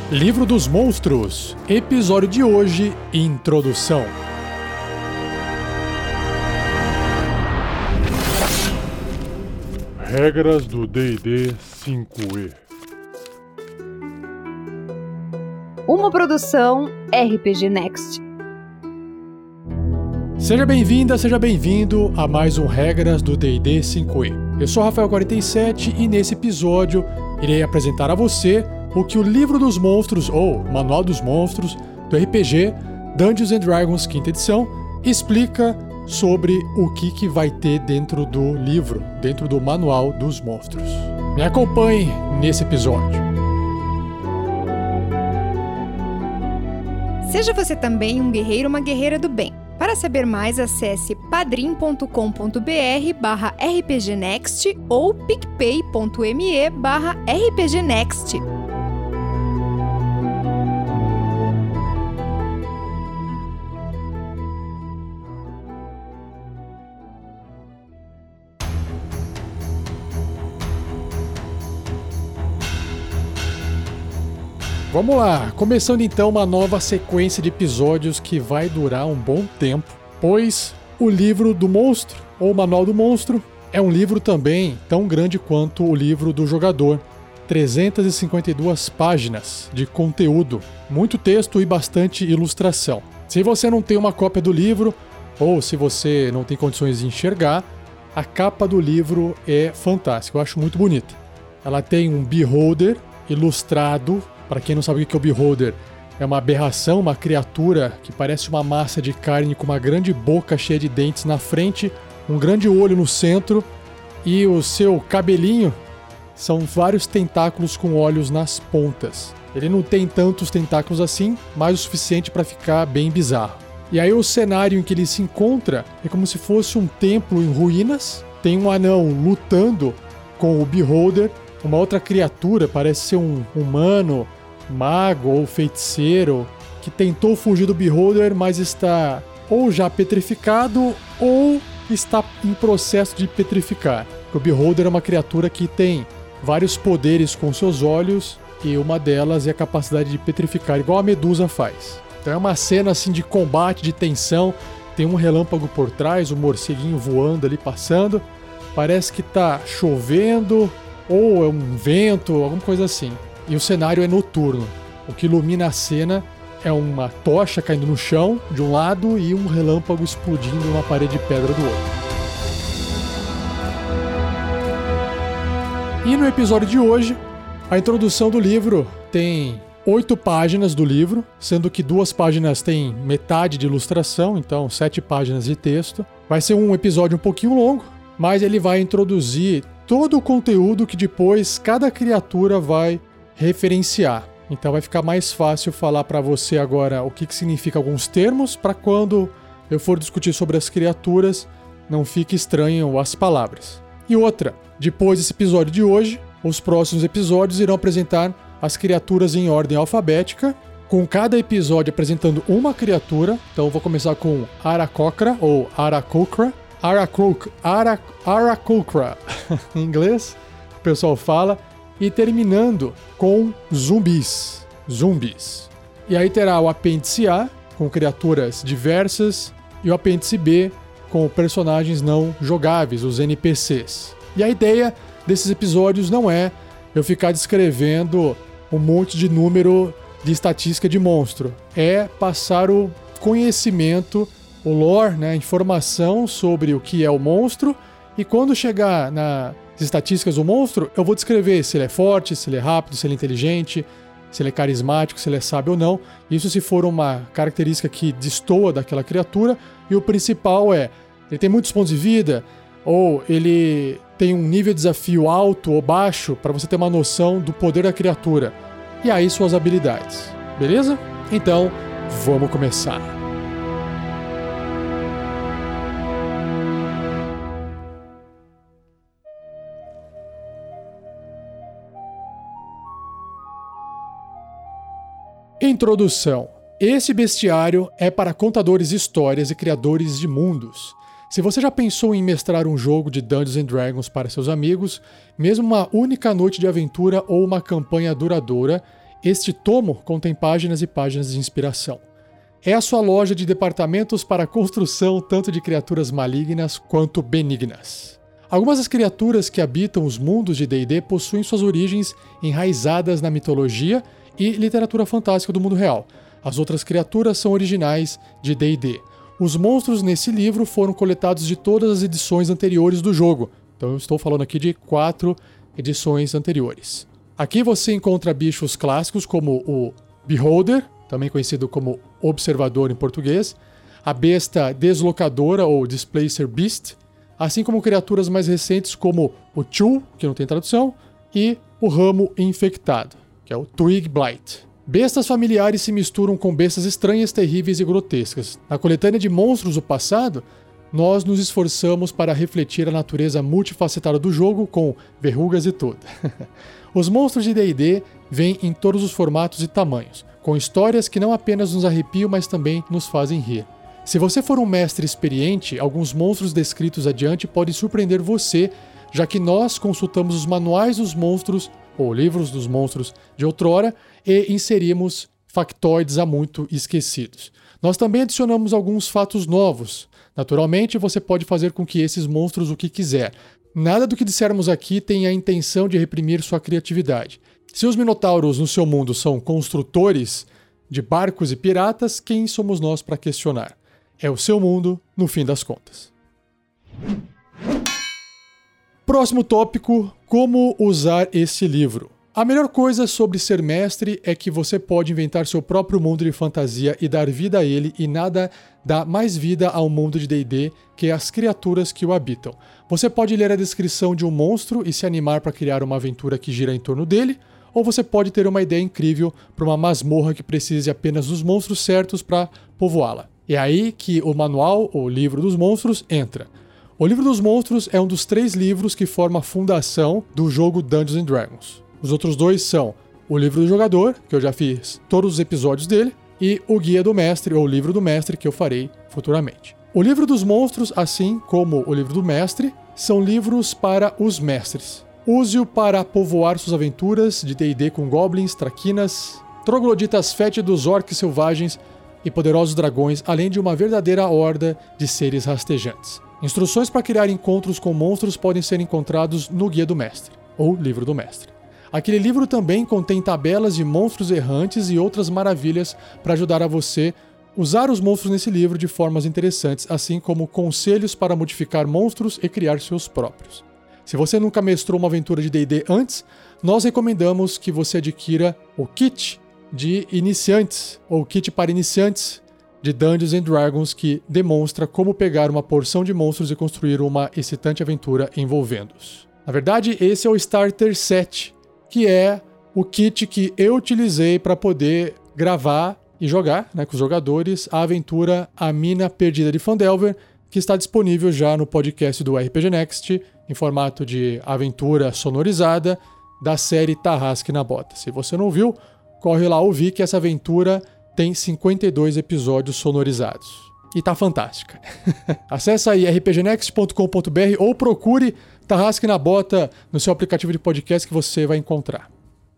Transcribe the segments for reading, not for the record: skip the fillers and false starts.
Livro dos Monstros, episódio de hoje, Introdução. Regras do D&D 5e. Uma produção RPG Next. Seja bem-vinda, seja bem-vindo a mais um Regras do D&D 5e. Eu sou Rafael47 e nesse episódio irei apresentar a você o que o Livro dos Monstros, ou Manual dos Monstros, do RPG Dungeons & Dragons 5ª edição, explica sobre o que vai ter dentro do livro, dentro do Manual dos Monstros. Me acompanhe nesse episódio. Seja você também um guerreiro ou uma guerreira do bem. Para saber mais, acesse padrim.com.br/rpgnext ou picpay.me/rpgnext. Vamos lá, começando então uma nova sequência de episódios que vai durar um bom tempo, pois o Livro do Monstro, ou Manual do Monstro, é um livro também tão grande quanto o livro do jogador. 352 páginas de conteúdo, muito texto e bastante ilustração. Se você não tem uma cópia do livro, ou se você não tem condições de enxergar, a capa do livro é fantástica, eu acho muito bonita. Ela tem um beholder ilustrado. Para quem não sabe o que é o Beholder, é uma aberração, uma criatura que parece uma massa de carne com uma grande boca cheia de dentes na frente, um grande olho no centro e o seu cabelinho são vários tentáculos com olhos nas pontas. Ele não tem tantos tentáculos assim, mas o suficiente para ficar bem bizarro. E aí o cenário em que ele se encontra é como se fosse um templo em ruínas, tem um anão lutando com o Beholder, uma outra criatura, parece ser um humano, mago ou feiticeiro que tentou fugir do Beholder, mas está ou já petrificado ou está em processo de petrificar. O Beholder é uma criatura que tem vários poderes com seus olhos e uma delas é a capacidade de petrificar, igual a Medusa faz. Então é uma cena assim de combate, de tensão, tem um relâmpago por trás, um morceguinho voando ali passando, parece que está chovendo ou é um vento, alguma coisa assim. E o cenário é noturno. O que ilumina a cena é uma tocha caindo no chão de um lado e um relâmpago explodindo numa parede de pedra do outro. E no episódio de hoje, a introdução do livro tem 8 páginas do livro, sendo que 2 páginas têm metade de ilustração, então 7 páginas de texto. Vai ser um episódio um pouquinho longo, mas ele vai introduzir todo o conteúdo que depois cada criatura vai referenciar. Então vai ficar mais fácil falar para você agora o que significa alguns termos, para quando eu for discutir sobre as criaturas, não fique estranho as palavras. E outra, depois desse episódio de hoje, os próximos episódios irão apresentar as criaturas em ordem alfabética, com cada episódio apresentando uma criatura. Então eu vou começar com Aarakocra, ou Aarakocra, Aarakocra, em inglês, o pessoal fala, e terminando com zumbis. E aí terá o apêndice A, com criaturas diversas, e o apêndice B, com personagens não jogáveis, os NPCs. E a ideia desses episódios não é eu ficar descrevendo um monte de número de estatística de monstro, é passar o conhecimento, o lore, né, a informação sobre o que é o monstro, e quando chegar nas estatísticas do monstro, eu vou descrever se ele é forte, se ele é rápido, se ele é inteligente, se ele é carismático, se ele é sábio ou não. Isso se for uma característica que destoa daquela criatura, e o principal é, ele tem muitos pontos de vida, ou ele tem um nível de desafio alto ou baixo, para você ter uma noção do poder da criatura. E aí suas habilidades, beleza? Então, vamos começar. Introdução. Esse bestiário é para contadores de histórias e criadores de mundos. Se você já pensou em mestrar um jogo de Dungeons & Dragons para seus amigos, mesmo uma única noite de aventura ou uma campanha duradoura, Este tomo contém páginas e páginas de inspiração. É a sua loja de departamentos para a construção tanto de criaturas malignas quanto benignas. Algumas das criaturas que habitam os mundos de D&D possuem suas origens enraizadas na mitologia e literatura fantástica do mundo real. As outras criaturas são originais de D&D. Os monstros nesse livro foram coletados de todas as edições anteriores do jogo. Então eu estou falando aqui de 4 edições anteriores. Aqui você encontra bichos clássicos como o Beholder, também conhecido como Observador em português, a besta deslocadora ou Displacer Beast, assim como criaturas mais recentes como o Chu, que não tem tradução, e o Ramo Infectado, que é o Twig Blight. Bestas familiares se misturam com bestas estranhas, terríveis e grotescas. Na coletânea de monstros do passado, nós nos esforçamos para refletir a natureza multifacetada do jogo com verrugas e tudo. Os monstros de D&D vêm em todos os formatos e tamanhos, com histórias que não apenas nos arrepiam, mas também nos fazem rir. Se você for um mestre experiente, alguns monstros descritos adiante podem surpreender você, já que nós consultamos os manuais dos monstros, ou livros dos monstros de outrora, e inserimos factoides há muito esquecidos. Nós também adicionamos alguns fatos novos. Naturalmente, você pode fazer com que esses monstros o que quiser. Nada do que dissermos aqui tem a intenção de reprimir sua criatividade. Se os minotauros no seu mundo são construtores de barcos e piratas, quem somos nós para questionar? É o seu mundo, no fim das contas. Próximo tópico, como usar esse livro. A melhor coisa sobre ser mestre é que você pode inventar seu próprio mundo de fantasia e dar vida a ele, e nada dá mais vida ao mundo de D&D que as criaturas que o habitam. Você pode ler a descrição de um monstro e se animar para criar uma aventura que gira em torno dele, ou você pode ter uma ideia incrível para uma masmorra que precise apenas dos monstros certos para povoá-la. É aí que o manual, ou livro dos monstros, entra. O livro dos monstros é um dos 3 livros que forma a fundação do jogo Dungeons & Dragons. Os outros 2 são o livro do jogador, que eu já fiz todos os episódios dele, e o guia do mestre, ou o livro do mestre, que eu farei futuramente. O livro dos monstros, assim como o livro do mestre, são livros para os mestres. Use-o para povoar suas aventuras de D&D com goblins, traquinas, trogloditas fétidos, orcs selvagens e poderosos dragões, além de uma verdadeira horda de seres rastejantes. Instruções para criar encontros com monstros podem ser encontrados no Guia do Mestre, ou Livro do Mestre. Aquele livro também contém tabelas de monstros errantes e outras maravilhas para ajudar a você usar os monstros nesse livro de formas interessantes, assim como conselhos para modificar monstros e criar seus próprios. Se você nunca mestrou uma aventura de D&D antes, nós recomendamos que você adquira o kit de iniciantes, ou kit para iniciantes de Dungeons & Dragons, que demonstra como pegar uma porção de monstros e construir uma excitante aventura envolvendo-os. Na verdade, esse é o Starter Set, que é o kit que eu utilizei para poder gravar e jogar, com os jogadores, a aventura A Mina Perdida de Phandelver, que está disponível já no podcast do RPG Next, em formato de aventura sonorizada, da série Tarrasque na Bota. Se você não viu, corre lá ouvir que essa aventura tem 52 episódios sonorizados. E tá fantástica. Acesse aí rpgnext.com.br ou procure Tarrasque na Bota no seu aplicativo de podcast que você vai encontrar.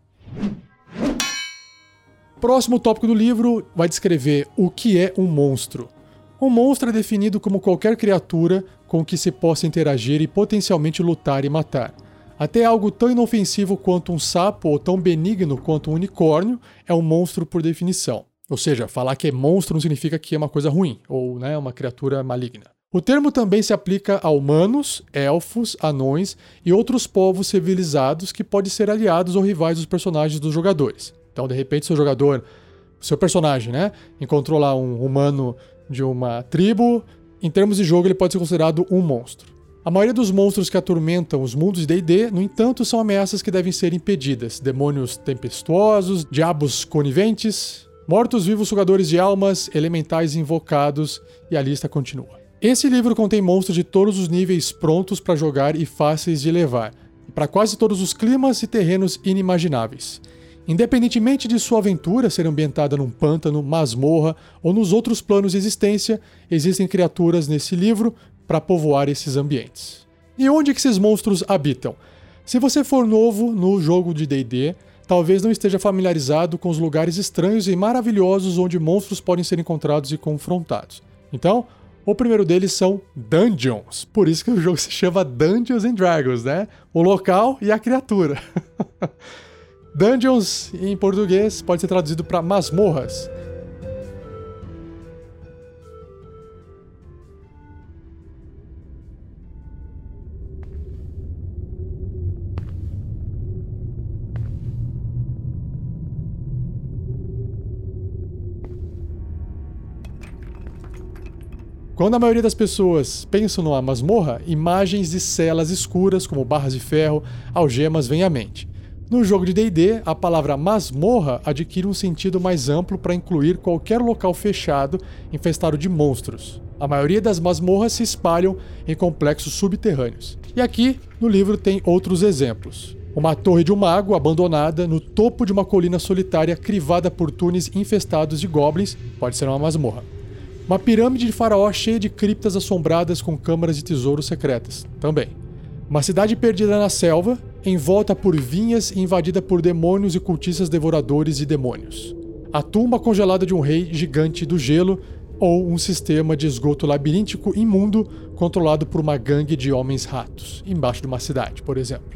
Próximo tópico do livro vai descrever o que é um monstro. Um monstro é definido como qualquer criatura com que se possa interagir e potencialmente lutar e matar. Até algo tão inofensivo quanto um sapo ou tão benigno quanto um unicórnio é um monstro por definição. Ou seja, falar que é monstro não significa que é uma coisa ruim, ou uma criatura maligna. O termo também se aplica a humanos, elfos, anões e outros povos civilizados que podem ser aliados ou rivais dos personagens dos jogadores. Então, de repente, seu personagem, encontrou lá um humano de uma tribo, em termos de jogo ele pode ser considerado um monstro. A maioria dos monstros que atormentam os mundos de D&D, no entanto, são ameaças que devem ser impedidas. Demônios tempestuosos, diabos coniventes, mortos-vivos sugadores de almas, elementais invocados, e a lista continua. Esse livro contém monstros de todos os níveis prontos para jogar e fáceis de levar, para quase todos os climas e terrenos inimagináveis. Independentemente de sua aventura ser ambientada num pântano, masmorra ou nos outros planos de existência, existem criaturas nesse livro para povoar esses ambientes. E onde que esses monstros habitam? Se você for novo no jogo de D&D, talvez não esteja familiarizado com os lugares estranhos e maravilhosos onde monstros podem ser encontrados e confrontados. Então, o primeiro deles são dungeons. Por isso que o jogo se chama Dungeons and Dragons, né? O local e a criatura. Dungeons, em português, pode ser traduzido para masmorras. Quando a maioria das pessoas pensam numa masmorra, imagens de celas escuras, como barras de ferro, algemas, vêm à mente. No jogo de D&D, a palavra masmorra adquire um sentido mais amplo para incluir qualquer local fechado infestado de monstros. A maioria das masmorras se espalham em complexos subterrâneos. E aqui, no livro, tem outros exemplos. Uma torre de um mago abandonada no topo de uma colina solitária crivada por túneis infestados de goblins, pode ser uma masmorra. Uma pirâmide de faraó cheia de criptas assombradas com câmaras de tesouros secretas, também. Uma cidade perdida na selva, envolta por vinhas e invadida por demônios e cultistas devoradores de demônios. A tumba congelada de um rei gigante do gelo ou um sistema de esgoto labiríntico imundo controlado por uma gangue de homens-ratos, embaixo de uma cidade, por exemplo.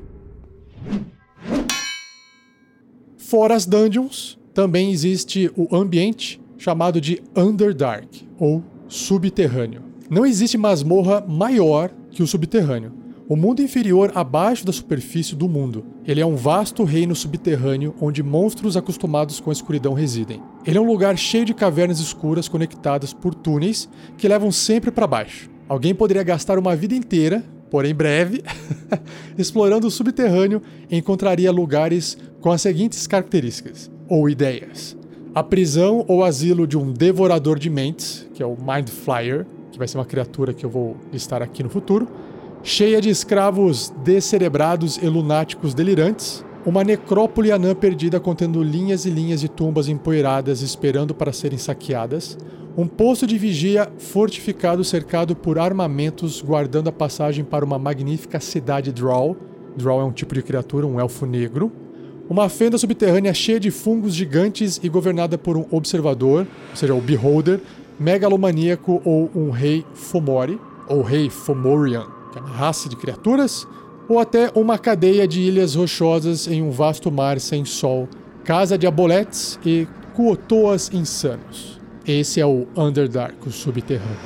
Fora as dungeons, também existe o ambiente chamado de Underdark, ou subterrâneo. Não existe masmorra maior que o subterrâneo. O mundo inferior abaixo da superfície do mundo. Ele é um vasto reino subterrâneo onde monstros acostumados com a escuridão residem. Ele é um lugar cheio de cavernas escuras conectadas por túneis que levam sempre para baixo. Alguém poderia gastar uma vida inteira, porém breve, explorando o subterrâneo e encontraria lugares com as seguintes características, ou ideias. A prisão ou asilo de um devorador de mentes, que é o Mind Flayer, que vai ser uma criatura que eu vou listar aqui no futuro, cheia de escravos descerebrados e lunáticos delirantes, uma necrópole anã perdida contendo linhas e linhas de tumbas empoeiradas esperando para serem saqueadas, um posto de vigia fortificado cercado por armamentos guardando a passagem para uma magnífica cidade Drow. Drow é um tipo de criatura, um elfo negro. Uma fenda subterrânea cheia de fungos gigantes e governada por um observador, ou seja, o Beholder, megalomaníaco ou um rei Fomori, ou rei Fomorian, que é uma raça de criaturas, ou até uma cadeia de ilhas rochosas em um vasto mar sem sol, casa de aboletes e kuotoas insanos. Esse é o Underdark, o subterrâneo.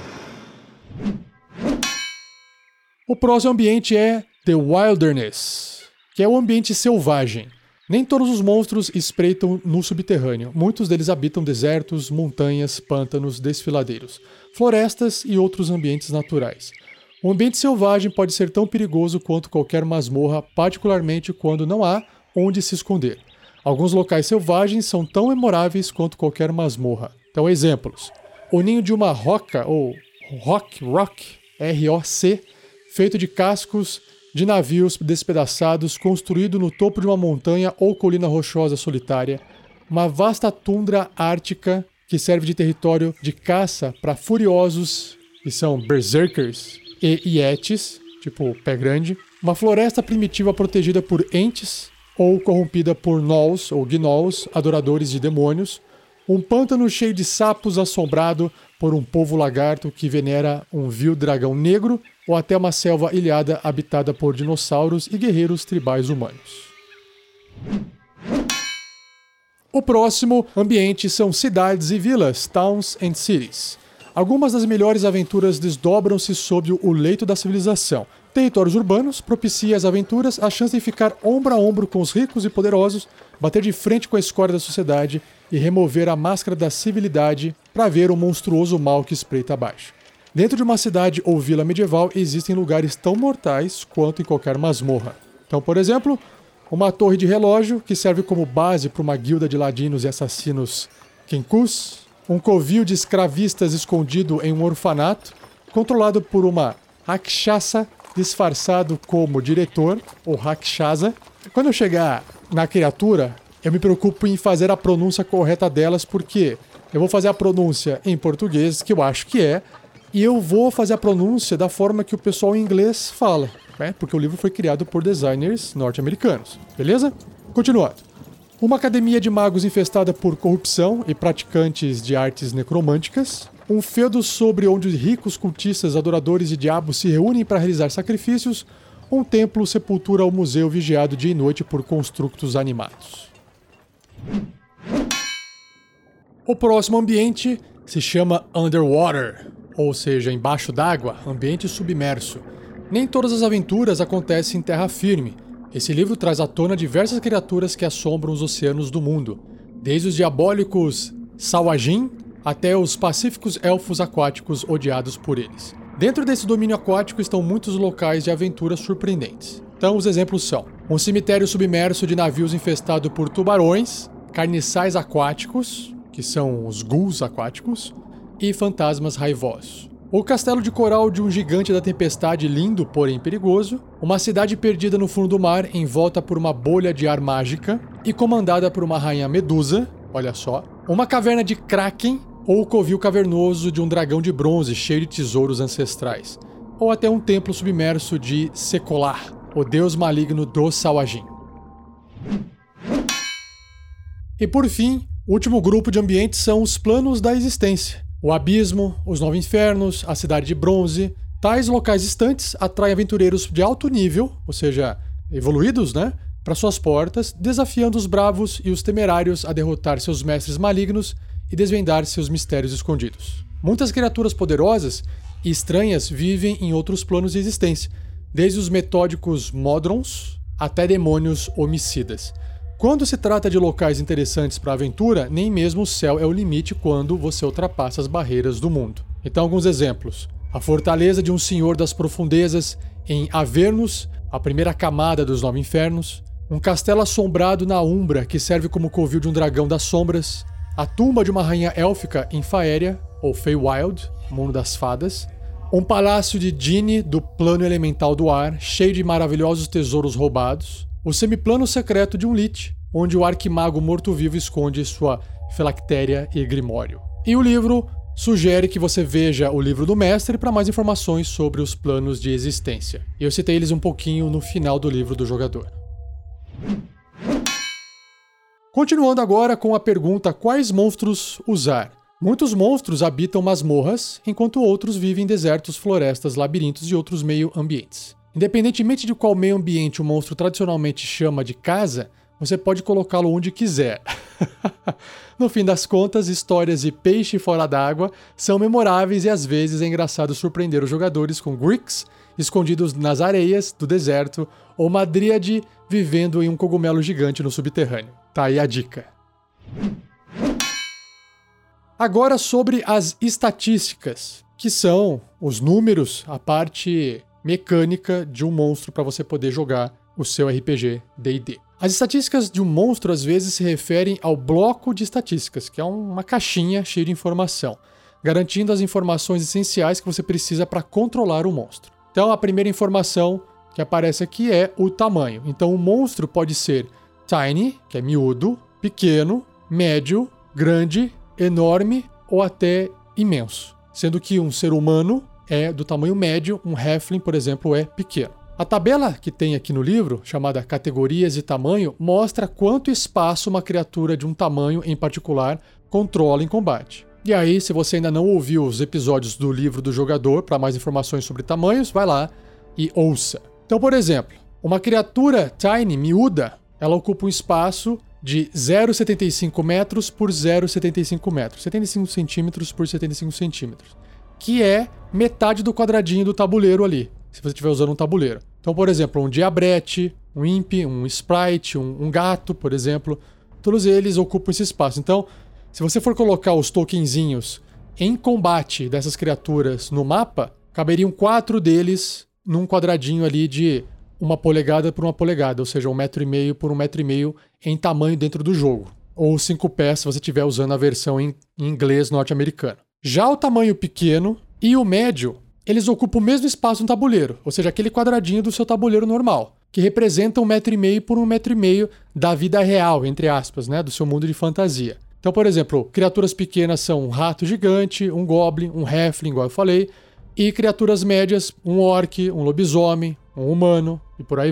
O próximo ambiente é The Wilderness, que é o ambiente selvagem. Nem todos os monstros espreitam no subterrâneo. Muitos deles habitam desertos, montanhas, pântanos, desfiladeiros, florestas e outros ambientes naturais. O ambiente selvagem pode ser tão perigoso quanto qualquer masmorra, particularmente quando não há onde se esconder. Alguns locais selvagens são tão memoráveis quanto qualquer masmorra. Então, exemplos. O ninho de uma roca, ou rock, R-O-C, feito de cascos de navios despedaçados, construído no topo de uma montanha ou colina rochosa solitária, uma vasta tundra ártica que serve de território de caça para furiosos, que são berserkers, e yetis, tipo pé grande, uma floresta primitiva protegida por entes ou corrompida por gnolls ou gnolls, adoradores de demônios, um pântano cheio de sapos assombrado por um povo lagarto que venera um vil dragão negro, ou até uma selva ilhada habitada por dinossauros e guerreiros tribais humanos. O próximo ambiente são cidades e vilas, towns and cities. Algumas das melhores aventuras desdobram-se sob o leito da civilização. Territórios urbanos propiciam às aventuras a chance de ficar ombro a ombro com os ricos e poderosos, bater de frente com a escória da sociedade e remover a máscara da civilidade para ver o monstruoso mal que espreita abaixo. Dentro de uma cidade ou vila medieval existem lugares tão mortais quanto em qualquer masmorra. Então, por exemplo, uma torre de relógio que serve como base para uma guilda de ladinos e assassinos Kenkus, um covil de escravistas escondido em um orfanato, controlado por uma Rakshasa disfarçado como diretor, ou Rakshasa. Quando eu chegar na criatura, eu me preocupo em fazer a pronúncia correta delas, porque eu vou fazer a pronúncia em português, que eu acho que é, e eu vou fazer a pronúncia da forma que o pessoal em inglês fala, né? Porque o livro foi criado por designers norte-americanos, beleza? Continuando. uma academia de magos infestada por corrupção e praticantes de artes necromânticas, um feudo sobre onde ricos cultistas, adoradores de diabos se reúnem para realizar sacrifícios, um templo, sepultura ou museu vigiado dia e noite por construtos animados. O próximo ambiente se chama Underwater, ou seja, embaixo d'água, ambiente submerso. Nem todas as aventuras acontecem em terra firme. Esse livro traz à tona diversas criaturas que assombram os oceanos do mundo, desde os diabólicos Sawajin até os pacíficos elfos aquáticos odiados por eles. Dentro desse domínio aquático estão muitos locais de aventuras surpreendentes. Então os exemplos são um cemitério submerso de navios infestado por tubarões, carniçais aquáticos, que são os ghouls aquáticos, e fantasmas raivosos. O castelo de coral de um gigante da tempestade lindo, porém perigoso, uma cidade perdida no fundo do mar envolta por uma bolha de ar mágica e comandada por uma rainha medusa, olha só, uma caverna de kraken ou o covil cavernoso de um dragão de bronze cheio de tesouros ancestrais, ou até um templo submerso de Sekolah, o deus maligno do Sawajin. E por fim, o último grupo de ambientes são os planos da existência. O abismo, os nove infernos, a cidade de bronze. Tais locais distantes atraem aventureiros de alto nível, ou seja, evoluídos, para suas portas, desafiando os bravos e os temerários a derrotar seus mestres malignos e desvendar seus mistérios escondidos. Muitas criaturas poderosas e estranhas vivem em outros planos de existência, desde os metódicos Modrons até demônios homicidas. Quando se trata de locais interessantes para a aventura, nem mesmo o céu é o limite quando você ultrapassa as barreiras do mundo. Então, alguns exemplos. A fortaleza de um senhor das profundezas em Avernus, a primeira camada dos nove infernos. Um castelo assombrado na Umbra, que serve como covil de um dragão das sombras. A tumba de uma rainha élfica em Faeria, ou Feywild, mundo das fadas. Um palácio de Djinni do plano elemental do ar, cheio de maravilhosos tesouros roubados. O semiplano secreto de um Lich, onde o arquimago morto-vivo esconde sua filactéria e grimório. E o livro sugere que você veja o livro do mestre para mais informações sobre os planos de existência. E eu citei eles um pouquinho no final do livro do jogador. Continuando agora com a pergunta: quais monstros usar? Muitos monstros habitam masmorras, enquanto outros vivem em desertos, florestas, labirintos e outros meio-ambientes. Independentemente de qual meio ambiente o monstro tradicionalmente chama de casa, você pode colocá-lo onde quiser. No fim das contas, histórias de peixe fora d'água são memoráveis e às vezes é engraçado surpreender os jogadores com Grix escondidos nas areias do deserto ou uma dríade vivendo em um cogumelo gigante no subterrâneo. Tá aí a dica. Agora sobre as estatísticas, que são os números, a parte mecânica de um monstro para você poder jogar o seu RPG D&D. As estatísticas de um monstro às vezes se referem ao bloco de estatísticas, que é uma caixinha cheia de informação, garantindo as informações essenciais que você precisa para controlar o monstro. Então a primeira informação que aparece aqui é o tamanho. Então o monstro pode ser tiny, que é miúdo, pequeno, médio, grande, enorme ou até imenso, sendo que um ser humano é do tamanho médio, um halfling, por exemplo, é pequeno. A tabela que tem aqui no livro, chamada Categorias e Tamanho, mostra quanto espaço uma criatura de um tamanho em particular controla em combate. E aí, se você ainda não ouviu os episódios do livro do jogador para mais informações sobre tamanhos, vai lá e ouça. Então, por exemplo, uma criatura tiny, miúda, ela ocupa um espaço de 0,75 metros por 0,75 metros, 75 centímetros por 75 centímetros, que é metade do quadradinho do tabuleiro ali, se você estiver usando um tabuleiro. Então, por exemplo, um diabrete, um imp, um sprite, um gato, por exemplo, todos eles ocupam esse espaço. Então, se você for colocar os tokenzinhos em combate dessas criaturas no mapa, caberiam 4 deles num quadradinho ali de 1 polegada por 1 polegada, ou seja, 1,5 m por 1,5 m em tamanho dentro do jogo. Ou 5 pés se você estiver usando a versão em inglês norte-americano. Já o tamanho pequeno e o médio, eles ocupam o mesmo espaço no tabuleiro, ou seja, aquele quadradinho do seu tabuleiro normal, que representa 1,5 m por 1,5 m da vida real, entre aspas, do seu mundo de fantasia. Então, por exemplo, criaturas pequenas são um rato gigante, um goblin, um halfling, igual eu falei, e criaturas médias, um orc, um lobisomem, um humano, e por aí vai.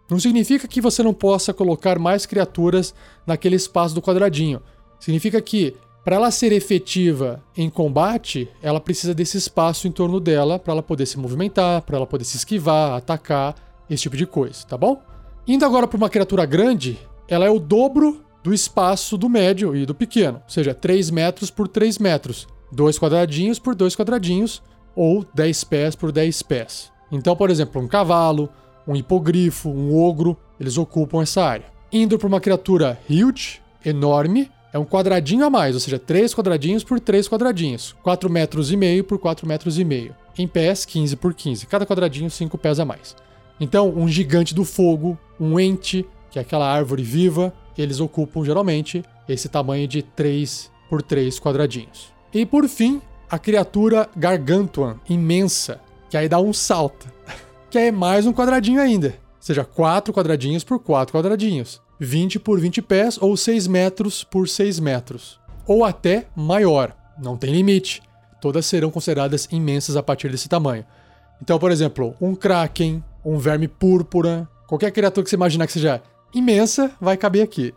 Não significa que você não possa colocar mais criaturas naquele espaço do quadradinho. Significa que, para ela ser efetiva em combate, ela precisa desse espaço em torno dela para ela poder se movimentar, para ela poder se esquivar, atacar, esse tipo de coisa, tá bom? Indo agora para uma criatura grande, ela é o dobro do espaço do médio e do pequeno, ou seja, 3 metros por 3 metros, 2 quadradinhos por 2 quadradinhos, ou 10 pés por 10 pés. Então, por exemplo, um cavalo, um hipogrifo, um ogro, eles ocupam essa área. Indo para uma criatura huge, enorme, é um quadradinho a mais, ou seja, 3 quadradinhos por 3 quadradinhos, 4,5 metros por 4,5 metros. Em pés, 15 por 15, cada quadradinho 5 pés a mais. Então, um gigante do fogo, um ente, que é aquela árvore viva, eles ocupam geralmente esse tamanho de 3 por 3 quadradinhos. E por fim, a criatura Gargantuan, imensa, que aí dá um salto, que é mais um quadradinho ainda, ou seja, 4 quadradinhos por 4 quadradinhos, 20 por 20 pés ou 6 metros por 6 metros, ou até maior, não tem limite, todas serão consideradas imensas a partir desse tamanho. Então, por exemplo, um kraken, um verme púrpura, qualquer criatura que você imaginar que seja imensa, vai caber aqui.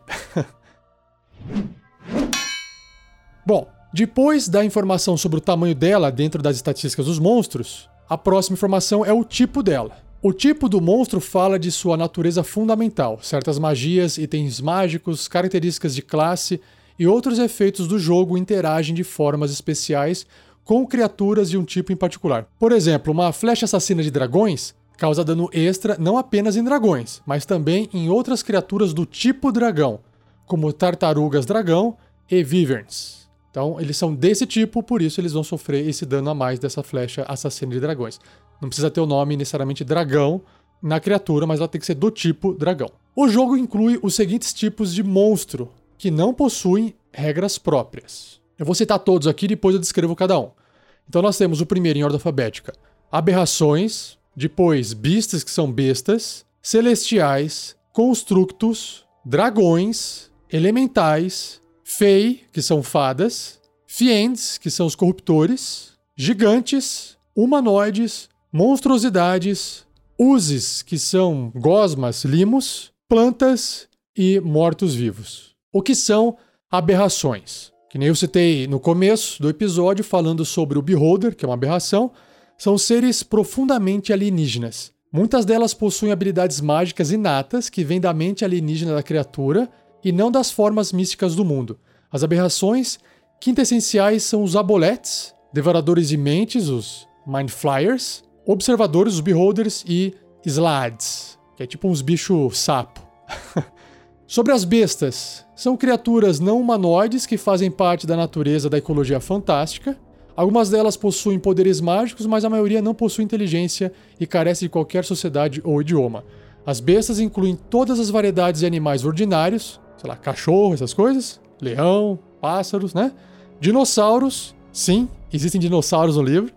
Bom, depois da informação sobre o tamanho dela dentro das estatísticas dos monstros, a próxima informação é o tipo dela. O tipo do monstro fala de sua natureza fundamental, certas magias, itens mágicos, características de classe e outros efeitos do jogo interagem de formas especiais com criaturas de um tipo em particular. Por exemplo, uma flecha assassina de dragões causa dano extra não apenas em dragões, mas também em outras criaturas do tipo dragão, como tartarugas dragão e wyverns. Então, eles são desse tipo, por isso eles vão sofrer esse dano a mais dessa flecha assassina de dragões. Não precisa ter o nome necessariamente dragão na criatura, mas ela tem que ser do tipo dragão. O jogo inclui os seguintes tipos de monstro, que não possuem regras próprias. Eu vou citar todos aqui e depois eu descrevo cada um. Então nós temos o primeiro em ordem alfabética, aberrações, depois beastas, que são bestas, celestiais, constructos, dragões, elementais, fei, que são fadas, fiends, que são os corruptores, gigantes, humanoides, monstruosidades, uzes, que são gosmas, limos, plantas e mortos-vivos. O que são aberrações? Que nem eu citei no começo do episódio falando sobre o Beholder, que é uma aberração, são seres profundamente alienígenas. Muitas delas possuem habilidades mágicas inatas que vêm da mente alienígena da criatura e não das formas místicas do mundo. As aberrações quintessenciais são os aboletes, devoradores de mentes, os Mind Flayers, observadores, os Beholders e Slaads, que é tipo uns bichos sapo. Sobre as bestas, são criaturas não humanoides que fazem parte da natureza da ecologia fantástica. Algumas delas possuem poderes mágicos, mas a maioria não possui inteligência e carece de qualquer sociedade ou idioma. As bestas incluem todas as variedades de animais ordinários, sei lá, cachorro, essas coisas, leão, pássaros, né? Dinossauros, sim, existem dinossauros no livro,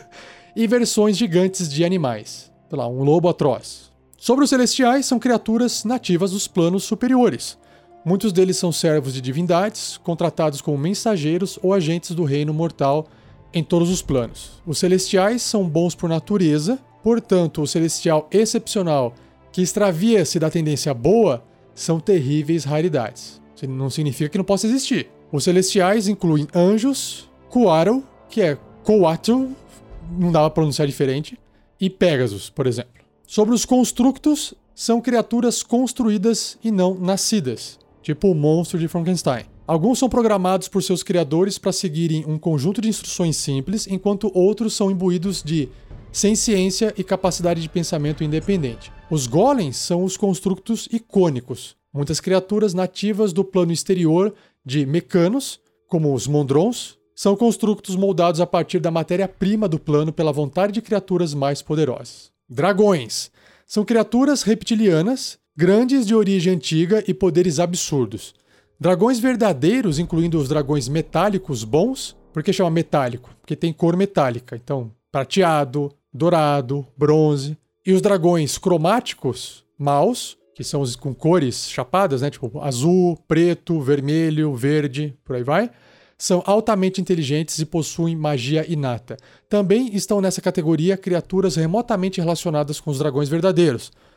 e versões gigantes de animais, sei lá, um lobo atroz. Sobre os celestiais, são criaturas nativas dos planos superiores. Muitos deles são servos de divindades, contratados como mensageiros ou agentes do reino mortal em todos os planos. Os celestiais são bons por natureza, portanto, o celestial excepcional que extravia-se da tendência boa são terríveis raridades. Isso não significa que não possa existir. Os celestiais incluem anjos, Kuaro, que é Coatl, não dá pra pronunciar diferente, e Pegasus, por exemplo. Sobre os constructos, são criaturas construídas e não nascidas, tipo o monstro de Frankenstein. Alguns são programados por seus criadores para seguirem um conjunto de instruções simples, enquanto outros são imbuídos de senciência e capacidade de pensamento independente. Os golems são os constructos icônicos, muitas criaturas nativas do plano exterior de mecanos, como os mondrons, são constructos moldados a partir da matéria-prima do plano pela vontade de criaturas mais poderosas. Dragões são criaturas reptilianas, grandes de origem antiga e poderes absurdos. Dragões verdadeiros, incluindo os dragões metálicos bons, por que chama metálico? Porque tem cor metálica, então prateado, dourado, bronze. E os dragões cromáticos, maus, que são os com cores chapadas, né? Tipo azul, preto, vermelho, verde, por aí vai, são altamente inteligentes e possuem magia inata. Também estão nessa categoria criaturas remotamente relacionadas com os dragões verdadeiros,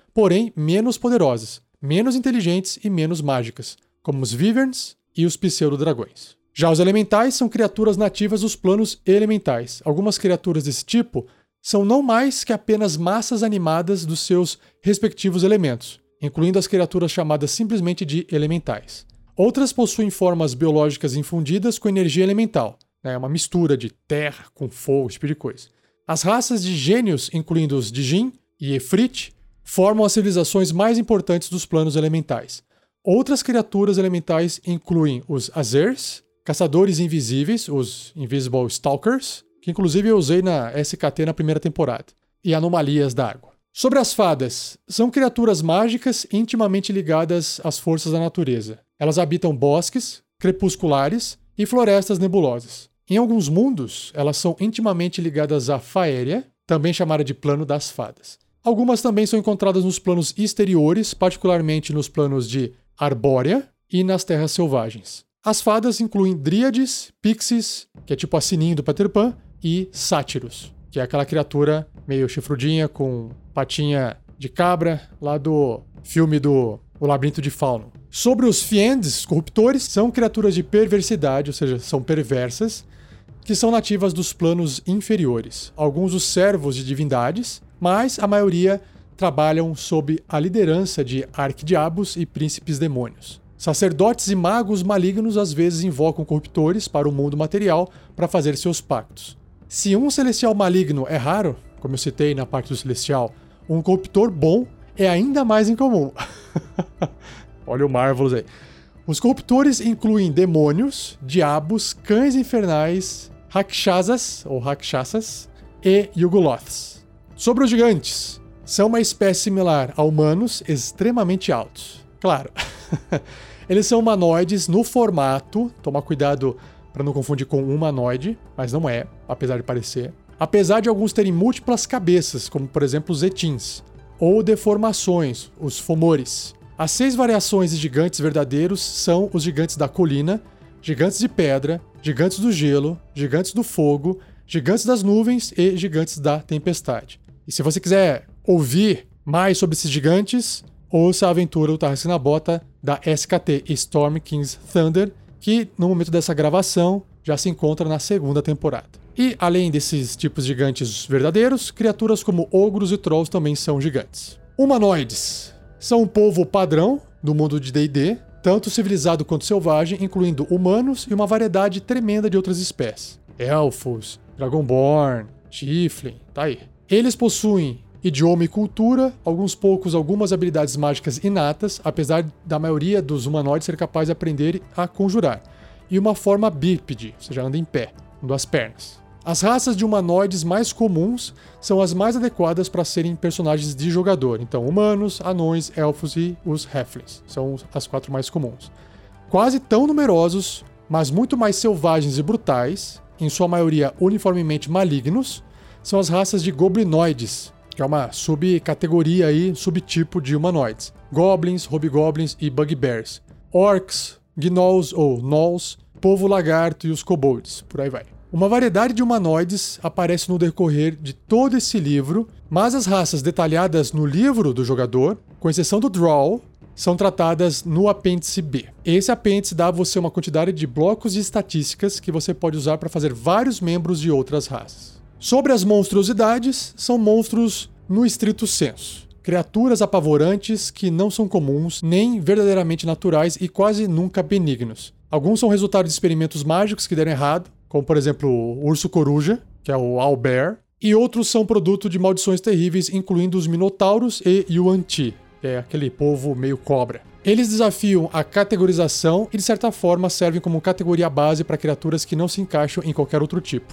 porém menos poderosas, menos inteligentes e menos mágicas, como os Wyverns e os pseudo-dragões. Já os elementais são criaturas nativas dos planos elementais. Algumas criaturas desse tipo são não mais que apenas massas animadas dos seus respectivos elementos, incluindo as criaturas chamadas simplesmente de elementais. Outras possuem formas biológicas infundidas com energia elemental, uma mistura de terra com fogo, esse tipo de coisa. As raças de gênios, incluindo os Dijin e Efrit, formam as civilizações mais importantes dos planos elementais. Outras criaturas elementais incluem os Azers, caçadores invisíveis, os Invisible Stalkers, que inclusive eu usei na SKT na primeira temporada, e anomalias da água. Sobre as fadas, são criaturas mágicas intimamente ligadas às forças da natureza. Elas habitam bosques, crepusculares e florestas nebulosas. Em alguns mundos, elas são intimamente ligadas à Faéria, também chamada de plano das fadas. Algumas também são encontradas nos planos exteriores, particularmente nos planos de Arbórea e nas terras selvagens. As fadas incluem dríades, pixies, que é tipo a sininho do Peter Pan, e sátiros, que é aquela criatura meio chifrudinha com patinha de cabra lá do filme do O Labirinto de Fauno. Sobre os fiends, corruptores, são criaturas de perversidade, ou seja, são perversas, que são nativas dos planos inferiores. Alguns os servos de divindades, mas a maioria trabalham sob a liderança de arquidiabos e príncipes demônios. Sacerdotes e magos malignos às vezes invocam corruptores para o mundo material para fazer seus pactos. Se um celestial maligno é raro, como eu citei na parte do celestial, um corruptor bom é ainda mais incomum. Olha o Marvelous aí. Os corruptores incluem demônios, diabos, cães infernais, rakshasas ou rakshasas e yugoloths. Sobre os gigantes, são uma espécie similar a humanos extremamente altos. Claro, eles são humanoides no formato, toma cuidado para não confundir com um humanoide, mas não é, apesar de parecer. Apesar de alguns terem múltiplas cabeças, como por exemplo os etins, ou deformações, os fomores. As 6 variações de gigantes verdadeiros são os gigantes da colina, gigantes de pedra, gigantes do gelo, gigantes do fogo, gigantes das nuvens e gigantes da tempestade. E se você quiser ouvir mais sobre esses gigantes, ouça a aventura O Tarrasque na Bota da SKT Storm King's Thunder, que no momento dessa gravação já se encontra na 2ª temporada. E além desses tipos de gigantes verdadeiros, criaturas como ogros e trolls também são gigantes. Humanoides são um povo padrão do mundo de D&D, tanto civilizado quanto selvagem, incluindo humanos e uma variedade tremenda de outras espécies. Elfos, Dragonborn, Tiefling, tá aí. Eles possuem idioma e cultura, algumas habilidades mágicas inatas, apesar da maioria dos humanoides ser capaz de aprender a conjurar, e uma forma bípede, ou seja, anda em pé, com 2 pernas. As raças de humanoides mais comuns são as mais adequadas para serem personagens de jogador, então humanos, anões, elfos e os halflings são as 4 mais comuns. Quase tão numerosos, mas muito mais selvagens e brutais, em sua maioria uniformemente malignos, são as raças de goblinoides, que é uma subcategoria aí, subtipo de humanoides. Goblins, hobgoblins e bugbears. Orcs, gnolls ou gnolls, povo lagarto e os kobolds, por aí vai. Uma variedade de humanoides aparece no decorrer de todo esse livro, mas as raças detalhadas no livro do jogador, com exceção do Drow, são tratadas no apêndice B. Esse apêndice dá a você uma quantidade de blocos de estatísticas que você pode usar para fazer vários membros de outras raças. Sobre as monstruosidades, são monstros no estrito senso. Criaturas apavorantes que não são comuns, nem verdadeiramente naturais e quase nunca benignos. Alguns são resultado de experimentos mágicos que deram errado, como por exemplo o urso-coruja, que é o owlbear, e outros são produto de maldições terríveis, incluindo os minotauros e yuan-ti, que é aquele povo meio cobra. Eles desafiam a categorização e de certa forma servem como categoria base para criaturas que não se encaixam em qualquer outro tipo.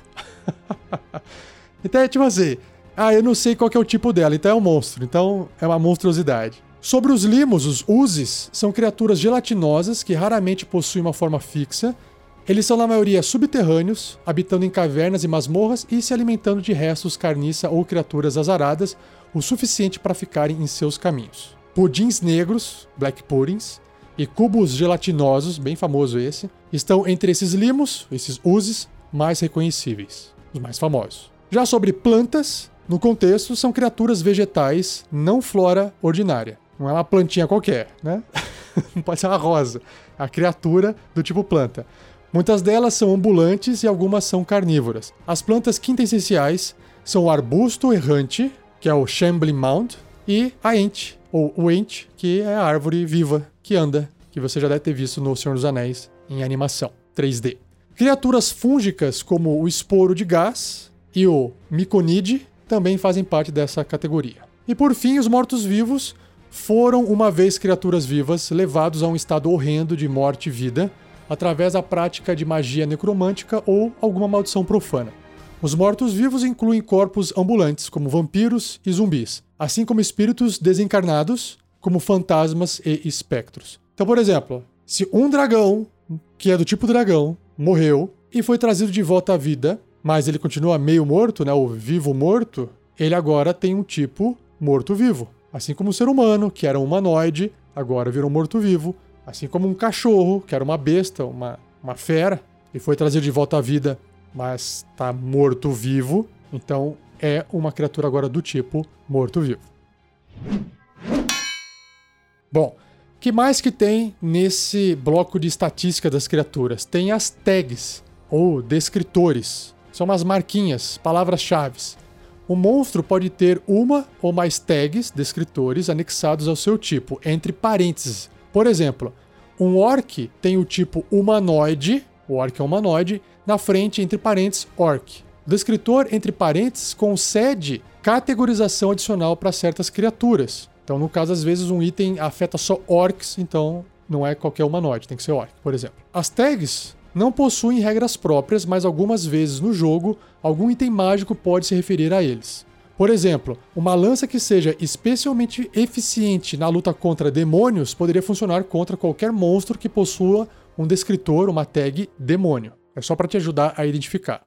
Então é tipo assim, eu não sei qual que é o tipo dela, então é um monstro, então é uma monstruosidade. Sobre os limos, os uzis, são criaturas gelatinosas que raramente possuem uma forma fixa. Eles são na maioria subterrâneos, habitando em cavernas e masmorras e se alimentando de restos carniça ou criaturas azaradas o suficiente para ficarem em seus caminhos. Pudins negros, black puddings, e cubos gelatinosos, bem famoso esse, estão entre esses limos, esses uzis, mais reconhecíveis, os mais famosos. Já sobre plantas, No contexto, são criaturas vegetais, não flora ordinária. Não é uma plantinha qualquer, né? Não pode ser uma rosa. É a criatura do tipo planta. Muitas delas são ambulantes e algumas são carnívoras. As plantas quintessenciais são o arbusto errante, que é o Shambling Mound, e a ent, ou o ent, que é a árvore viva que anda, que você já deve ter visto no Senhor dos Anéis em animação 3D. Criaturas fúngicas como o esporo de gás e o miconide também fazem parte dessa categoria. E por fim, os mortos-vivos foram, uma vez criaturas vivas, levados a um estado horrendo de morte e vida, através da prática de magia necromântica ou alguma maldição profana. Os mortos-vivos incluem corpos ambulantes, como vampiros e zumbis, assim como espíritos desencarnados, como fantasmas e espectros. Então, por exemplo, se um dragão, que é do tipo dragão, morreu e foi trazido de volta à vida, mas ele continua meio morto, né, ou vivo-morto, ele agora tem um tipo morto-vivo. Assim como o ser humano, que era um humanoide, agora virou morto-vivo. Assim como um cachorro, que era uma besta, uma fera, e foi trazido de volta à vida, mas está morto-vivo. Então é uma criatura agora do tipo morto-vivo. Bom, o que mais que tem nesse bloco de estatística das criaturas? Tem as tags, ou descritores. São umas marquinhas, palavras-chave. O monstro pode ter uma ou mais tags, descritores, anexados ao seu tipo, entre parênteses. Por exemplo, um orc tem o tipo humanoide, o orc é humanoide, na frente, entre parênteses, orc. O descritor, entre parênteses, concede categorização adicional para certas criaturas. Então, no caso, às vezes, um item afeta só orcs, então não é qualquer humanoide, tem que ser orc, por exemplo. As tags não possuem regras próprias, mas algumas vezes no jogo, algum item mágico pode se referir a eles. Por exemplo, uma lança que seja especialmente eficiente na luta contra demônios poderia funcionar contra qualquer monstro que possua um descritor, uma tag demônio. É só para te ajudar a identificar.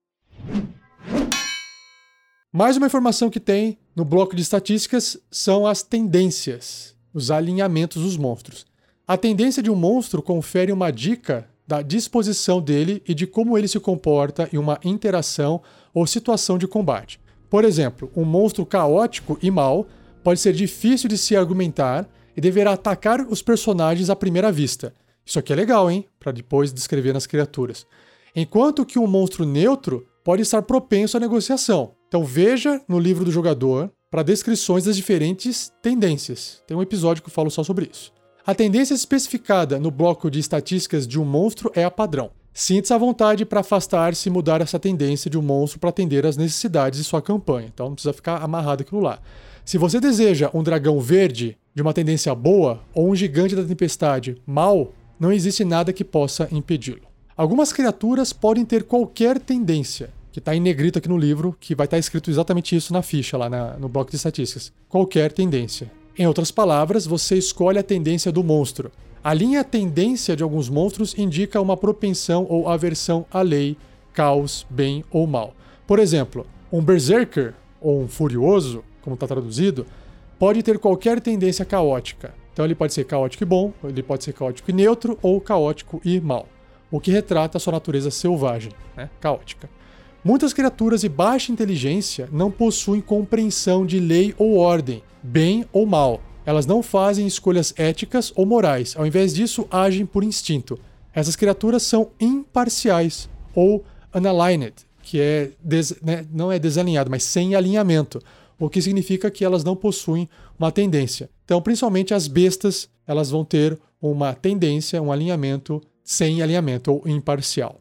Mais uma informação que tem no bloco de estatísticas são as tendências, os alinhamentos dos monstros. A tendência de um monstro confere uma dica da disposição dele e de como ele se comporta em uma interação ou situação de combate. Por exemplo, um monstro caótico e mau pode ser difícil de se argumentar e deverá atacar os personagens à primeira vista. Isso aqui é legal, hein? Para depois descrever nas criaturas. Enquanto que um monstro neutro pode estar propenso à negociação. Então veja no livro do jogador para descrições das diferentes tendências. Tem um episódio que eu falo só sobre isso. A tendência especificada no bloco de estatísticas de um monstro é a padrão. Sinta-se à vontade para afastar-se e mudar essa tendência de um monstro para atender às necessidades de sua campanha. Então não precisa ficar amarrado aquilo lá. Se você deseja um dragão verde de uma tendência boa ou um gigante da tempestade mau, não existe nada que possa impedi-lo. Algumas criaturas podem ter qualquer tendência, que está em negrito aqui no livro, que vai estar escrito exatamente isso na ficha lá no bloco de estatísticas. Qualquer tendência. Em outras palavras, você escolhe a tendência do monstro. A linha tendência de alguns monstros indica uma propensão ou aversão à lei, caos, bem ou mal. Por exemplo, um berserker, ou um furioso, como está traduzido, pode ter qualquer tendência caótica. Então ele pode ser caótico e bom, ele pode ser caótico e neutro, ou caótico e mal. O que retrata a sua natureza selvagem, né? Caótica. Muitas criaturas de baixa inteligência não possuem compreensão de lei ou ordem, bem ou mal. Elas não fazem escolhas éticas ou morais, ao invés disso agem por instinto. Essas criaturas são imparciais, ou unaligned, que é não é desalinhado, mas sem alinhamento, o que significa que elas não possuem uma tendência. Então, principalmente as bestas, elas vão ter uma tendência, um alinhamento sem alinhamento, ou imparcial.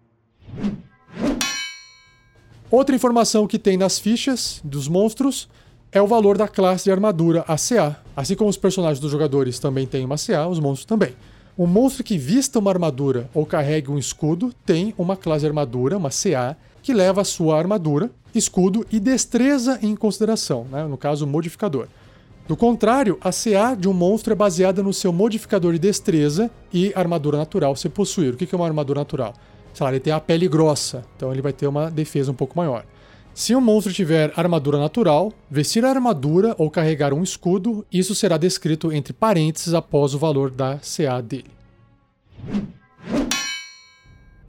Outra informação que tem nas fichas dos monstros é o valor da classe de armadura, a CA. Assim como os personagens dos jogadores também têm uma CA, os monstros também. Um monstro que vista uma armadura ou carregue um escudo tem uma classe de armadura, uma CA, que leva a sua armadura, escudo e destreza em consideração, né? No caso, o modificador. Do contrário, a CA de um monstro é baseada no seu modificador de destreza e armadura natural se possuir. O que é uma armadura natural? Sei lá, ele tem a pele grossa, então ele vai ter uma defesa um pouco maior. Se um monstro tiver armadura natural, vestir a armadura ou carregar um escudo, isso será descrito entre parênteses após o valor da CA dele.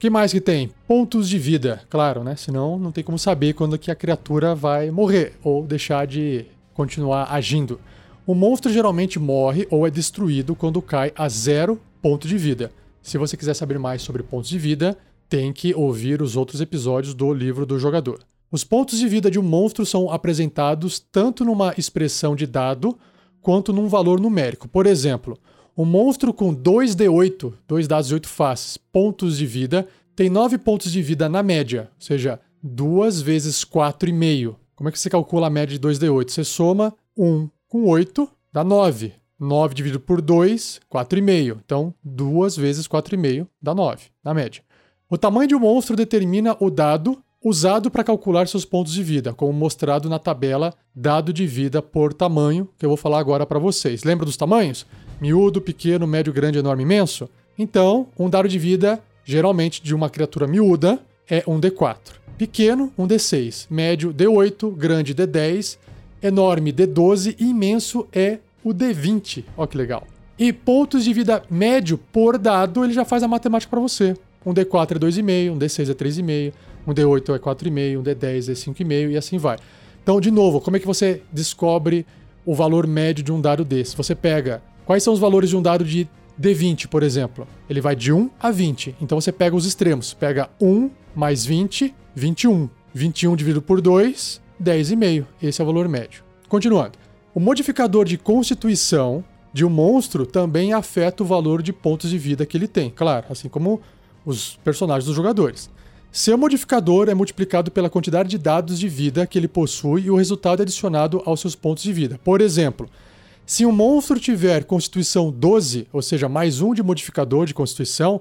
que mais que tem? Pontos de vida, claro, né? Senão não tem como saber quando que a criatura vai morrer ou deixar de continuar agindo. O monstro geralmente morre ou é destruído quando cai a 0 ponto de vida. Se você quiser saber mais sobre pontos de vida, tem que ouvir os outros episódios do livro do jogador. Os pontos de vida de um monstro são apresentados tanto numa expressão de dado quanto num valor numérico. Por exemplo, um monstro com 2d8, 2 dados de 8 faces, pontos de vida, tem 9 pontos de vida na média, ou seja, 2 vezes 4,5. Como é que você calcula a média de 2d8? Você soma 1 com 8, dá 9. 9 dividido por 2, 4,5. Então, 2 vezes 4,5 dá 9, na média. O tamanho de um monstro determina o dado usado para calcular seus pontos de vida, como mostrado na tabela dado de vida por tamanho, que eu vou falar agora para vocês. Lembra dos tamanhos? Miúdo, pequeno, médio, grande, enorme, imenso? Então, um dado de vida, geralmente de uma criatura miúda, é um D4. Pequeno, um D6. Médio, D8. Grande, D10. Enorme, D12. E imenso é o D20. Olha que legal. E pontos de vida médio por dado, ele já faz a matemática para você. Um D4 é 2,5, um D6 é 3,5, um D8 é 4,5, um D10 é 5,5 e assim vai. Então, de novo, como é que você descobre o valor médio de um dado desse? Você pega quais são os valores de um dado de D20, por exemplo. Ele vai de 1 a 20. Então você pega os extremos. Pega 1 mais 20, 21. 21 dividido por 2, 10,5. Esse é o valor médio. Continuando. O modificador de constituição de um monstro também afeta o valor de pontos de vida que ele tem. Claro, assim como os personagens dos jogadores. Seu modificador é multiplicado pela quantidade de dados de vida que ele possui e o resultado é adicionado aos seus pontos de vida. Por exemplo, se um monstro tiver constituição 12, ou seja, mais 1 de modificador de constituição,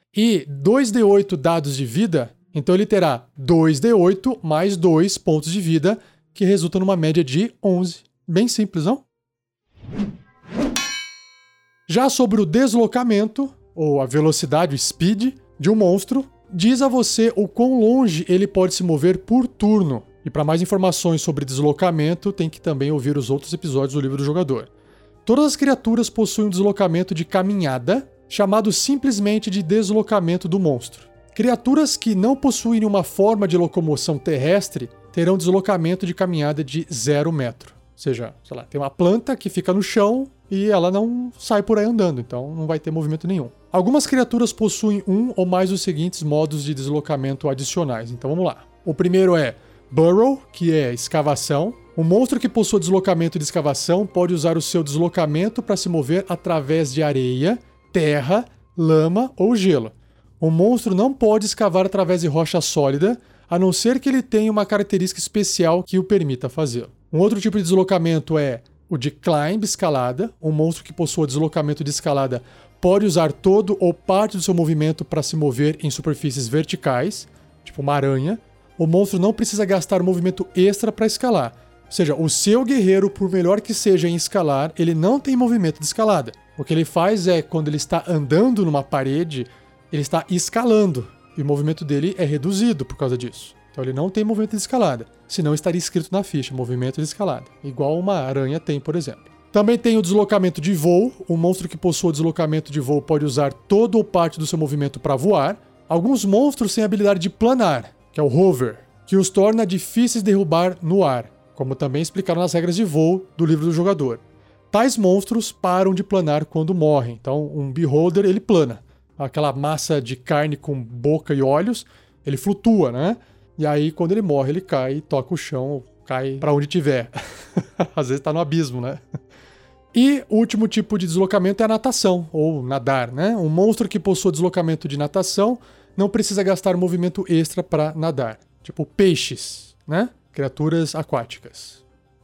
e 2d8 dados de vida, então ele terá 2d8 mais 2 pontos de vida, que resulta numa média de 11. Bem simples, não? Já sobre o deslocamento, ou a velocidade, o speed, de um monstro, diz a você o quão longe ele pode se mover por turno. E para mais informações sobre deslocamento, tem que também ouvir os outros episódios do livro do jogador. Todas as criaturas possuem um deslocamento de caminhada, chamado simplesmente de deslocamento do monstro. Criaturas que não possuem uma forma de locomoção terrestre terão deslocamento de caminhada de 0 metro. Ou seja, sei lá, tem uma planta que fica no chão e ela não sai por aí andando, então não vai ter movimento nenhum. Algumas criaturas possuem um ou mais dos seguintes modos de deslocamento adicionais. Então vamos lá. O primeiro é Burrow, que é escavação. Um monstro que possua deslocamento de escavação pode usar o seu deslocamento para se mover através de areia, terra, lama ou gelo. Um monstro não pode escavar através de rocha sólida, a não ser que ele tenha uma característica especial que o permita fazê-lo. Um outro tipo de deslocamento é o de climb, escalada. Um monstro que possua deslocamento de escalada pode usar todo ou parte do seu movimento para se mover em superfícies verticais, tipo uma aranha. O monstro não precisa gastar movimento extra para escalar. Ou seja, o seu guerreiro, por melhor que seja em escalar, ele não tem movimento de escalada. O que ele faz é, quando ele está andando numa parede, ele está escalando. E o movimento dele é reduzido por causa disso. Então ele não tem movimento de escalada. Senão estaria escrito na ficha, movimento de escalada. Igual uma aranha tem, por exemplo. Também tem o deslocamento de voo. Um monstro que possua deslocamento de voo pode usar todo ou parte do seu movimento para voar. Alguns monstros têm a habilidade de planar, que é o hover, que os torna difíceis de derrubar no ar, como também explicaram nas regras de voo do livro do jogador. Tais monstros param de planar quando morrem. Então um beholder, ele plana. Aquela massa de carne com boca e olhos, ele flutua, né? E aí, quando ele morre, ele cai, toca o chão, cai para onde tiver. Às vezes tá no abismo, né? E o último tipo de deslocamento é a natação, ou nadar, né? Um monstro que possua deslocamento de natação não precisa gastar movimento extra para nadar. Tipo peixes, né? Criaturas aquáticas.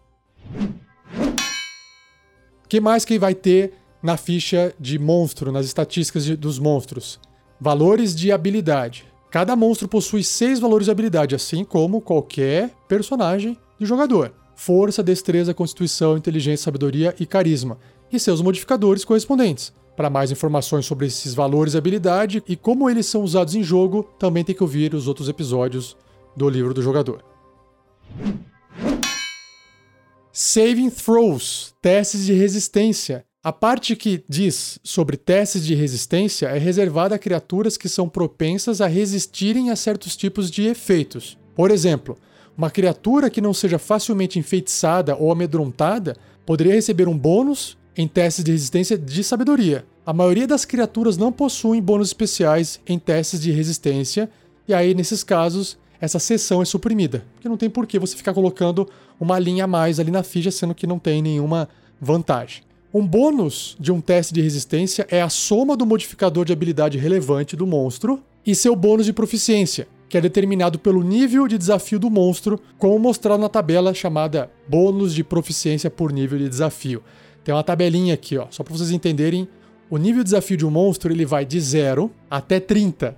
O que mais que vai ter na ficha de monstro, nas estatísticas dos monstros? Valores de habilidade. Cada monstro possui 6 valores de habilidade, assim como qualquer personagem do jogador. Força, destreza, constituição, inteligência, sabedoria e carisma. E seus modificadores correspondentes. Para mais informações sobre esses valores de habilidade e como eles são usados em jogo, também tem que ouvir os outros episódios do livro do jogador. Saving throws, testes de resistência. A parte que diz sobre testes de resistência é reservada a criaturas que são propensas a resistirem a certos tipos de efeitos. Por exemplo, uma criatura que não seja facilmente enfeitiçada ou amedrontada poderia receber um bônus em testes de resistência de sabedoria. A maioria das criaturas não possuem bônus especiais em testes de resistência, e aí, nesses casos, essa seção é suprimida, porque não tem por que você ficar colocando uma linha a mais ali na ficha, sendo que não tem nenhuma vantagem. Um bônus de um teste de resistência é a soma do modificador de habilidade relevante do monstro e seu bônus de proficiência, que é determinado pelo nível de desafio do monstro, como mostrado na tabela chamada bônus de proficiência por nível de desafio. Tem uma tabelinha aqui, ó, só para vocês entenderem. O nível de desafio de um monstro ele vai de 0 até 30.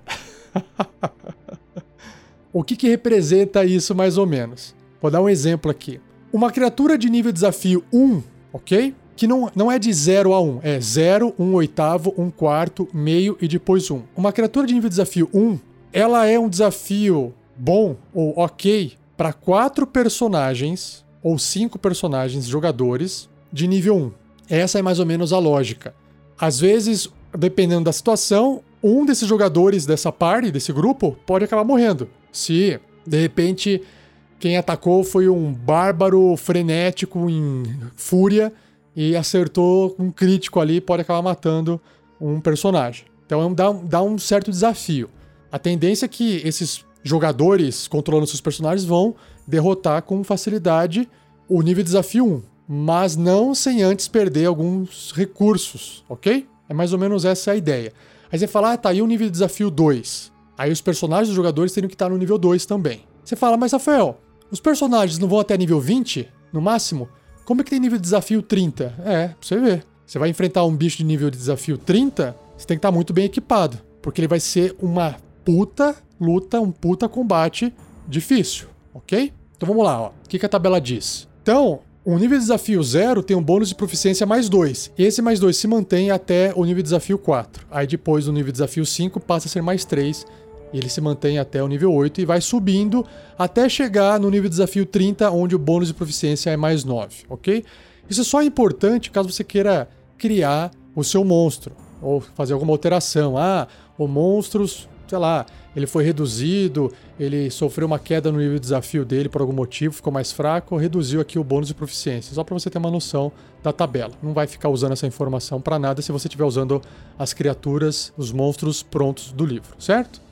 O que representa isso mais ou menos? Vou dar um exemplo aqui. Uma criatura de nível de desafio 1, ok? Que não é de 0 a 1, é 0, 1 oitavo, 1 quarto, meio e depois 1. Uma criatura de nível de desafio 1, ela é um desafio bom ou ok para 4 personagens ou 5 personagens jogadores de nível 1. Essa é mais ou menos a lógica. Às vezes, dependendo da situação, um desses jogadores dessa party, desse grupo, pode acabar morrendo. Se, de repente, quem atacou foi um bárbaro frenético em fúria e acertou um crítico ali, pode acabar matando um personagem. Então dá um certo desafio. A tendência é que esses jogadores controlando seus personagens vão derrotar com facilidade o nível de desafio 1, mas não sem antes perder alguns recursos, ok? É mais ou menos essa a ideia. Aí você fala, tá aí o nível de desafio 2. Aí os personagens dos jogadores teriam que estar no nível 2 também. Você fala, mas Rafael, os personagens não vão até nível 20, no máximo? Como é que tem nível de desafio 30? Pra você ver. Você vai enfrentar um bicho de nível de desafio 30, você tem que estar muito bem equipado, porque ele vai ser uma puta luta, um puta combate difícil, ok? Então vamos lá, ó. O que a tabela diz? Então, o nível de desafio 0 tem um bônus de proficiência mais 2. E esse mais 2 se mantém até o nível de desafio 4. Aí depois do nível de desafio 5 passa a ser mais 3. E ele se mantém até o nível 8 e vai subindo até chegar no nível de desafio 30, onde o bônus de proficiência é mais 9, ok? Isso é só importante caso você queira criar o seu monstro ou fazer alguma alteração. O monstro, sei lá, ele foi reduzido, ele sofreu uma queda no nível de desafio dele por algum motivo, ficou mais fraco, reduziu aqui o bônus de proficiência, só para você ter uma noção da tabela. Não vai ficar usando essa informação para nada se você estiver usando as criaturas, os monstros prontos do livro, certo?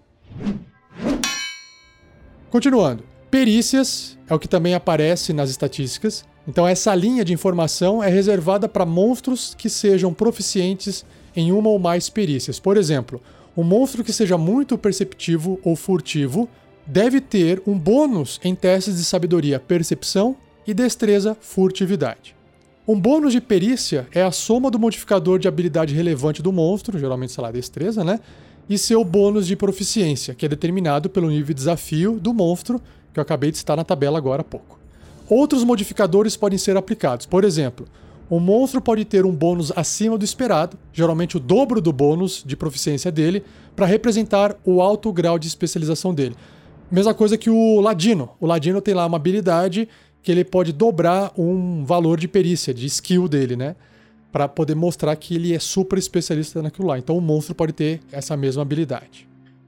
Continuando. Perícias é o que também aparece nas estatísticas. Então essa linha de informação é reservada para monstros que sejam proficientes em uma ou mais perícias. Por exemplo, um monstro que seja muito perceptivo ou furtivo deve ter um bônus em testes de sabedoria, percepção e destreza, furtividade. Um bônus de perícia é a soma do modificador de habilidade relevante do monstro, geralmente, sei lá, destreza, né? E seu bônus de proficiência, que é determinado pelo nível de desafio do monstro, que eu acabei de citar na tabela agora há pouco. Outros modificadores podem ser aplicados. Por exemplo, o monstro pode ter um bônus acima do esperado, geralmente o dobro do bônus de proficiência dele, para representar o alto grau de especialização dele. Mesma coisa que o ladino. O ladino tem lá uma habilidade que ele pode dobrar um valor de perícia, de skill dele, né? Para poder mostrar que ele é super especialista naquilo lá. Então o monstro pode ter essa mesma habilidade.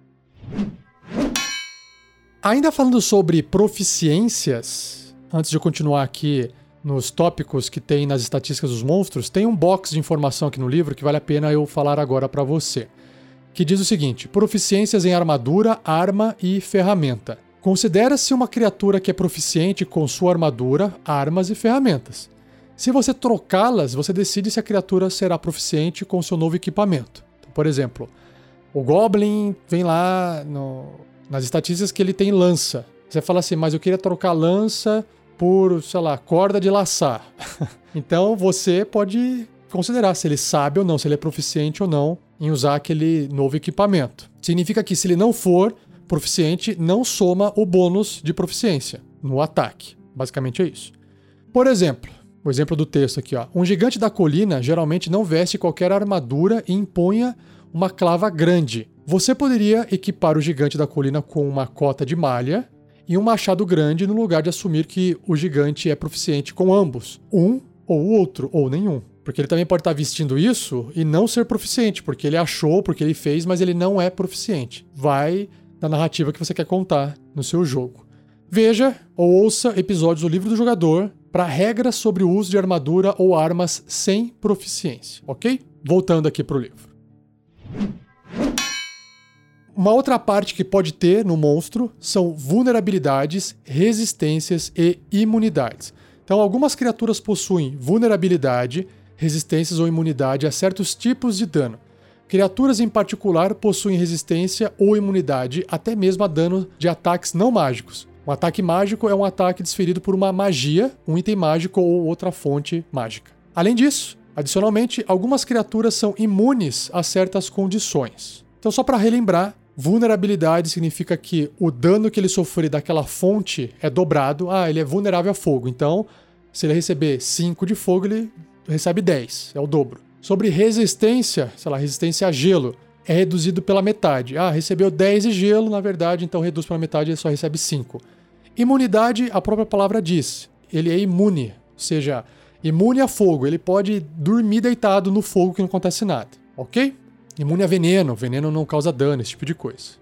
Ainda falando sobre proficiências, antes de eu continuar aqui nos tópicos que tem nas estatísticas dos monstros, tem um box de informação aqui no livro que vale a pena eu falar agora para você, que diz o seguinte: proficiências em armadura, arma e ferramenta. Considera-se uma criatura que é proficiente com sua armadura, armas e ferramentas. Se você trocá-las, você decide se a criatura será proficiente com seu novo equipamento. Então, por exemplo, o Goblin vem lá nas estatísticas que ele tem lança. Você fala assim, mas eu queria trocar a lança por, sei lá, corda de laçar. Então você pode considerar se ele sabe ou não, se ele é proficiente ou não em usar aquele novo equipamento. Significa que se ele não for proficiente, não soma o bônus de proficiência no ataque. Basicamente é isso. Por exemplo, o exemplo do texto aqui, ó. Um gigante da colina geralmente não veste qualquer armadura e empunha uma clava grande. Você poderia equipar o gigante da colina com uma cota de malha e um machado grande no lugar de assumir que o gigante é proficiente com ambos, um ou o outro, ou nenhum. Porque ele também pode estar vestindo isso e não ser proficiente, porque ele achou, porque ele fez, mas ele não é proficiente. Vai da narrativa que você quer contar no seu jogo. Veja ou ouça episódios do Livro do Jogador para regras sobre o uso de armadura ou armas sem proficiência, ok? Voltando aqui para o livro. Uma outra parte que pode ter no monstro são vulnerabilidades, resistências e imunidades. Então, algumas criaturas possuem vulnerabilidade, resistências ou imunidade a certos tipos de dano. Criaturas em particular possuem resistência ou imunidade até mesmo a dano de ataques não mágicos. Um ataque mágico é um ataque desferido por uma magia, um item mágico ou outra fonte mágica. Além disso, adicionalmente, algumas criaturas são imunes a certas condições. Então, só para relembrar, vulnerabilidade significa que o dano que ele sofrer daquela fonte é dobrado. Ele é vulnerável a fogo, então se ele receber 5 de fogo, ele recebe 10, é o dobro. Sobre resistência, resistência a gelo, é reduzido pela metade. Recebeu 10 de gelo, na verdade, então reduz pela metade e ele só recebe 5. Imunidade, a própria palavra diz, ele é imune, ou seja, imune a fogo, ele pode dormir deitado no fogo que não acontece nada, ok? Imune a veneno, veneno não causa dano, esse tipo de coisa.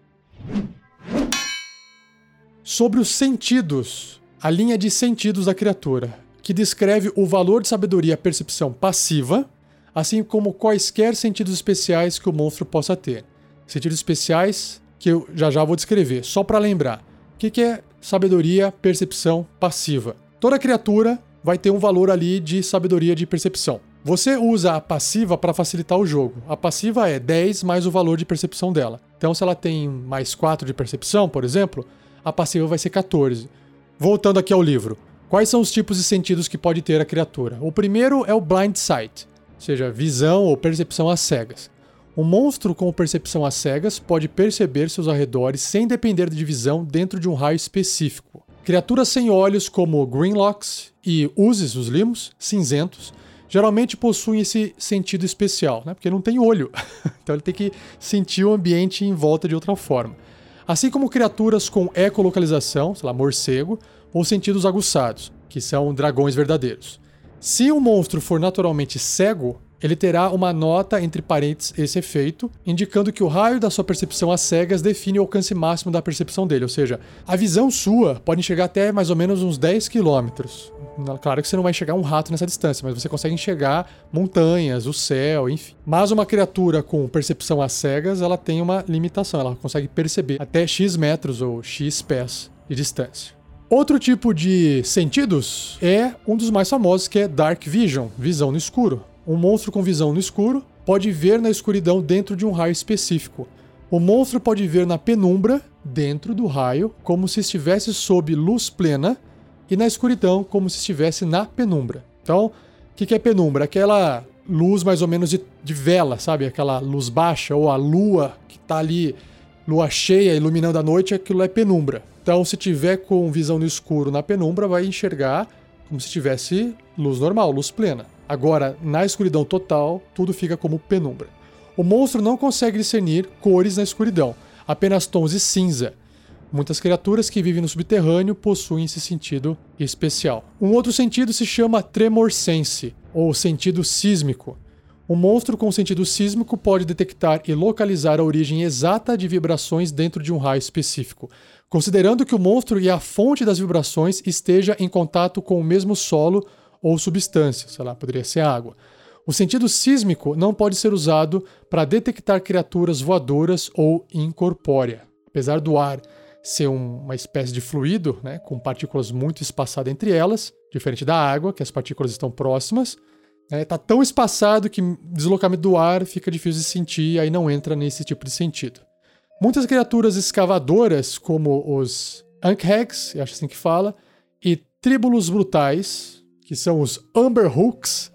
Sobre os sentidos, a linha de sentidos da criatura, que descreve o valor de sabedoria e percepção passiva, assim como quaisquer sentidos especiais que o monstro possa ter. Sentidos especiais que eu já vou descrever, só para lembrar. O que é sabedoria, percepção passiva? Toda criatura vai ter um valor ali de sabedoria de percepção. Você usa a passiva para facilitar o jogo. A passiva é 10 mais o valor de percepção dela. Então, se ela tem mais 4 de percepção, por exemplo, a passiva vai ser 14. Voltando aqui ao livro. Quais são os tipos de sentidos que pode ter a criatura? O primeiro é o blind sight, ou seja, visão ou percepção às cegas. Um monstro com percepção às cegas pode perceber seus arredores sem depender de visão dentro de um raio específico. Criaturas sem olhos como Greenlocks e Uzes, os limos, cinzentos, geralmente possuem esse sentido especial, né? Porque não tem olho, então ele tem que sentir o ambiente em volta de outra forma. Assim como criaturas com ecolocalização, morcego, ou sentidos aguçados, que são dragões verdadeiros. Se um monstro for naturalmente cego, ele terá uma nota entre parênteses esse efeito, indicando que o raio da sua percepção às cegas define o alcance máximo da percepção dele, ou seja, a visão sua pode enxergar até mais ou menos uns 10 km. Claro que você não vai enxergar um rato nessa distância, mas você consegue enxergar montanhas, o céu, enfim. Mas uma criatura com percepção às cegas, ela tem uma limitação, ela consegue perceber até X metros ou X pés de distância. Outro tipo de sentidos é um dos mais famosos, que é Dark Vision, visão no escuro. Um monstro com visão no escuro pode ver na escuridão dentro de um raio específico. O monstro pode ver na penumbra, dentro do raio, como se estivesse sob luz plena, e na escuridão, como se estivesse na penumbra. Então, o que é penumbra? Aquela luz mais ou menos de vela, sabe? Aquela luz baixa, ou a lua que está ali, lua cheia, iluminando a noite, aquilo é penumbra. Então, se tiver com visão no escuro na penumbra, vai enxergar como se tivesse luz normal, luz plena. Agora, na escuridão total, tudo fica como penumbra. O monstro não consegue discernir cores na escuridão, apenas tons de cinza. Muitas criaturas que vivem no subterrâneo possuem esse sentido especial. Um outro sentido se chama tremor sense, ou sentido sísmico. Um monstro com sentido sísmico pode detectar e localizar a origem exata de vibrações dentro de um raio específico, considerando que o monstro e a fonte das vibrações esteja em contato com o mesmo solo ou substância, poderia ser água. O sentido sísmico não pode ser usado para detectar criaturas voadoras ou incorpórea. Apesar do ar ser uma espécie de fluido, né, com partículas muito espaçadas entre elas, diferente da água, que as partículas estão próximas, está tão espaçado que o deslocamento do ar fica difícil de sentir e aí não entra nesse tipo de sentido. Muitas criaturas escavadoras, como os Ankh-Hags, acho assim que fala, e Tríbulos brutais, que são os Umberhooks,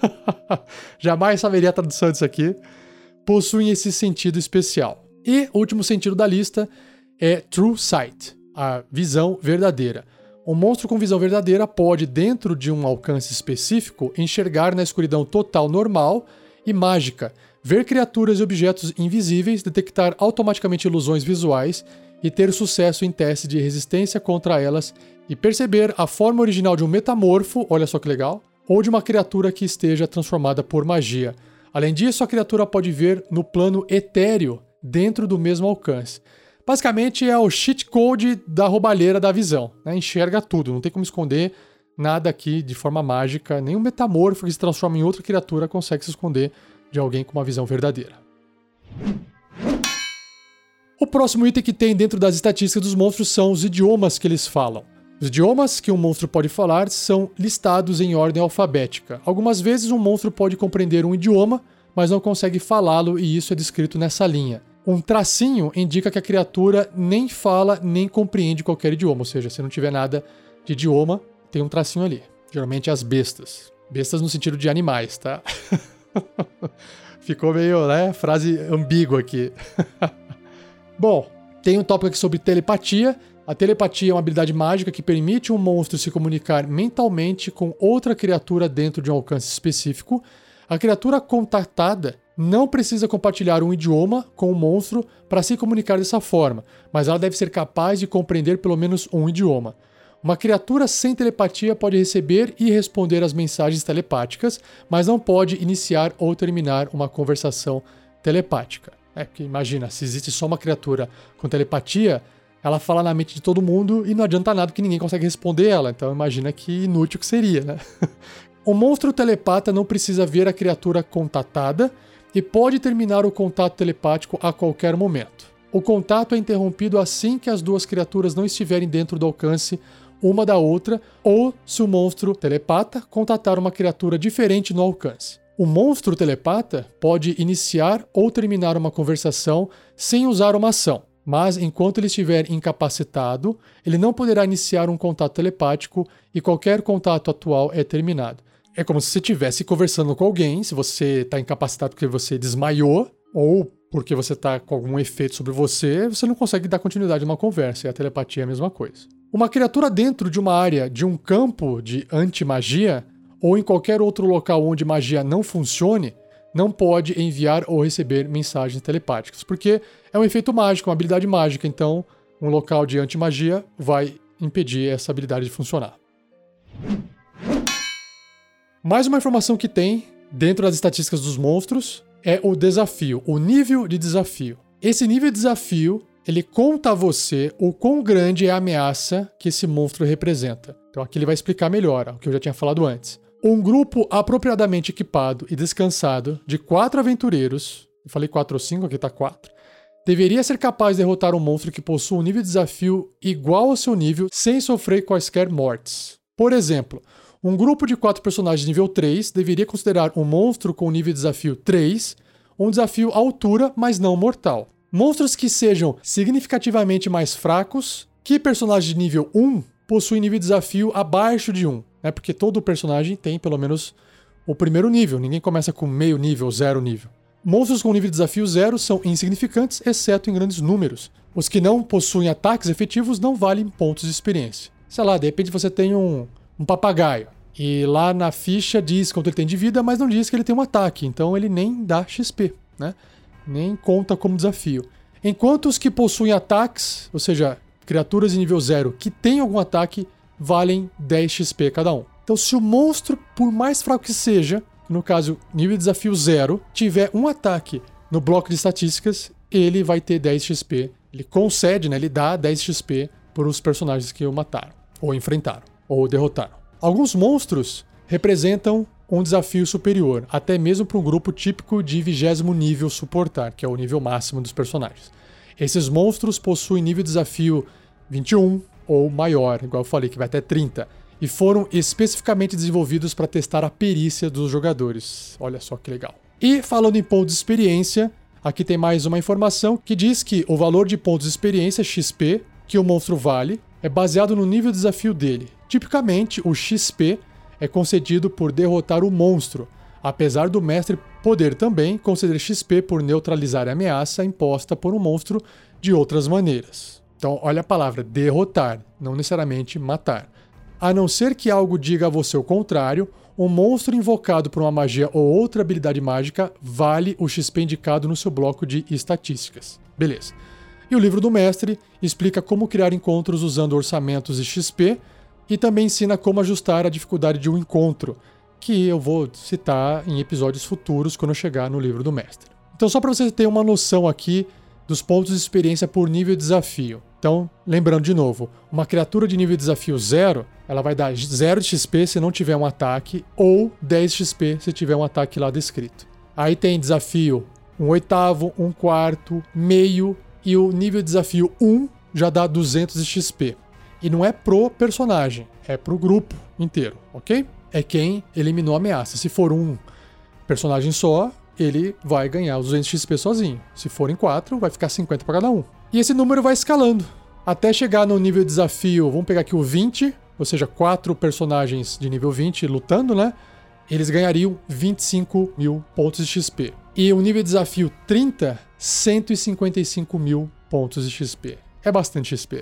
jamais saberia a tradução disso aqui, possuem esse sentido especial. E o último sentido da lista é True Sight, a visão verdadeira. Um monstro com visão verdadeira pode, dentro de um alcance específico, enxergar na escuridão total normal e mágica, ver criaturas e objetos invisíveis, detectar automaticamente ilusões visuais e ter sucesso em teste de resistência contra elas e perceber a forma original de um metamorfo, olha só que legal, ou de uma criatura que esteja transformada por magia. Além disso, a criatura pode ver no plano etéreo, dentro do mesmo alcance. Basicamente é o cheat code da roubalheira da visão, né? Enxerga tudo, não tem como esconder nada aqui de forma mágica. Nenhum metamorfo que se transforma em outra criatura consegue se esconder de alguém com uma visão verdadeira. O próximo item que tem dentro das estatísticas dos monstros são os idiomas que eles falam. Os idiomas que um monstro pode falar são listados em ordem alfabética. Algumas vezes um monstro pode compreender um idioma, mas não consegue falá-lo, e isso é descrito nessa linha. Um tracinho indica que a criatura nem fala nem compreende qualquer idioma, ou seja, se não tiver nada de idioma, tem um tracinho ali. Geralmente as bestas. Bestas no sentido de animais, tá? Ficou meio, né, frase ambígua aqui. Bom, tem um tópico aqui sobre telepatia. A telepatia é uma habilidade mágica que permite um monstro se comunicar mentalmente com outra criatura dentro de um alcance específico. A criatura contatada não precisa compartilhar um idioma com o monstro para se comunicar dessa forma, mas ela deve ser capaz de compreender pelo menos um idioma. Uma criatura sem telepatia pode receber e responder às mensagens telepáticas, mas não pode iniciar ou terminar uma conversação telepática. Porque imagina, se existe só uma criatura com telepatia, ela fala na mente de todo mundo e não adianta nada que ninguém consegue responder ela. Então imagina que inútil que seria, né? O monstro telepata não precisa ver a criatura contatada e pode terminar o contato telepático a qualquer momento. O contato é interrompido assim que as duas criaturas não estiverem dentro do alcance uma da outra, ou se o monstro telepata contatar uma criatura diferente no alcance. O monstro telepata pode iniciar ou terminar uma conversação sem usar uma ação, mas enquanto ele estiver incapacitado, ele não poderá iniciar um contato telepático e qualquer contato atual é terminado. É como se você estivesse conversando com alguém, se você está incapacitado porque você desmaiou, ou porque você está com algum efeito sobre você, você não consegue dar continuidade a uma conversa, e a telepatia é a mesma coisa. Uma criatura dentro de uma área de um campo de anti-magia, ou em qualquer outro local onde magia não funcione, não pode enviar ou receber mensagens telepáticas, porque é um efeito mágico, uma habilidade mágica, então um local de anti-magia vai impedir essa habilidade de funcionar. Mais uma informação que tem dentro das estatísticas dos monstros é o desafio, o nível de desafio. Esse nível de desafio, ele conta a você o quão grande é a ameaça que esse monstro representa. Então aqui ele vai explicar melhor, o que eu já tinha falado antes. Um grupo apropriadamente equipado e descansado de 4 aventureiros, eu falei 4 ou 5, aqui tá 4, deveria ser capaz de derrotar um monstro que possua um nível de desafio igual ao seu nível sem sofrer quaisquer mortes. Por exemplo, um grupo de 4 personagens de nível 3 deveria considerar um monstro com nível de desafio 3 um desafio à altura, mas não mortal. Monstros que sejam significativamente mais fracos que personagens de nível 1 possuem nível de desafio abaixo de 1. Porque todo personagem tem pelo menos o primeiro nível, ninguém começa com meio nível, 0 nível. Monstros com nível de desafio 0 são insignificantes, exceto em grandes números. Os que não possuem ataques efetivos não valem pontos de experiência. Sei lá, de repente você tem um papagaio, e lá na ficha diz quanto ele tem de vida, mas não diz que ele tem um ataque, então ele nem dá XP, né? Nem conta como desafio. Enquanto os que possuem ataques, ou seja, criaturas de nível 0 que têm algum ataque, valem 10 XP cada um. Então se o monstro, por mais fraco que seja, no caso nível de desafio 0, tiver um ataque no bloco de estatísticas, ele vai ter 10 XP. Ele concede, né? Ele dá 10 XP para os personagens que o mataram, ou enfrentaram, ou derrotaram. Alguns monstros representam um desafio superior, até mesmo para um grupo típico de 20º nível suportar, que é o nível máximo dos personagens. Esses monstros possuem nível de desafio 21 ou maior, igual eu falei, que vai até 30, e foram especificamente desenvolvidos para testar a perícia dos jogadores. Olha só que legal. E falando em pontos de experiência, aqui tem mais uma informação que diz que o valor de pontos de experiência, XP, que o monstro vale, é baseado no nível de desafio dele. Tipicamente, o XP é concedido por derrotar o monstro, apesar do mestre poder também conceder XP por neutralizar a ameaça imposta por um monstro de outras maneiras. Então, olha a palavra, derrotar, não necessariamente matar. A não ser que algo diga a você o contrário, um monstro invocado por uma magia ou outra habilidade mágica vale o XP indicado no seu bloco de estatísticas. Beleza. E o livro do mestre explica como criar encontros usando orçamentos e XP, e também ensina como ajustar a dificuldade de um encontro. que eu vou citar em episódios futuros quando eu chegar no livro do mestre. Então, só para você ter uma noção aqui dos pontos de experiência por nível de desafio. Então, lembrando de novo, uma criatura de nível de desafio 0, ela vai dar 0 de XP se não tiver um ataque, ou 10 XP se tiver um ataque lá descrito. Aí tem desafio 1/8, 1/4, meio, e o nível de desafio 1 já dá 200 de XP. E não é pro personagem, é pro grupo inteiro, ok? É quem eliminou a ameaça. Se for um personagem só, ele vai ganhar os 200 XP sozinho. Se forem 4, vai ficar 50 para cada um. E esse número vai escalando, até chegar no nível de desafio, vamos pegar aqui o 20, ou seja, 4 personagens de nível 20 lutando, né? Eles ganhariam 25 mil pontos de XP. E o nível de desafio 30, 155 mil pontos de XP. É bastante XP.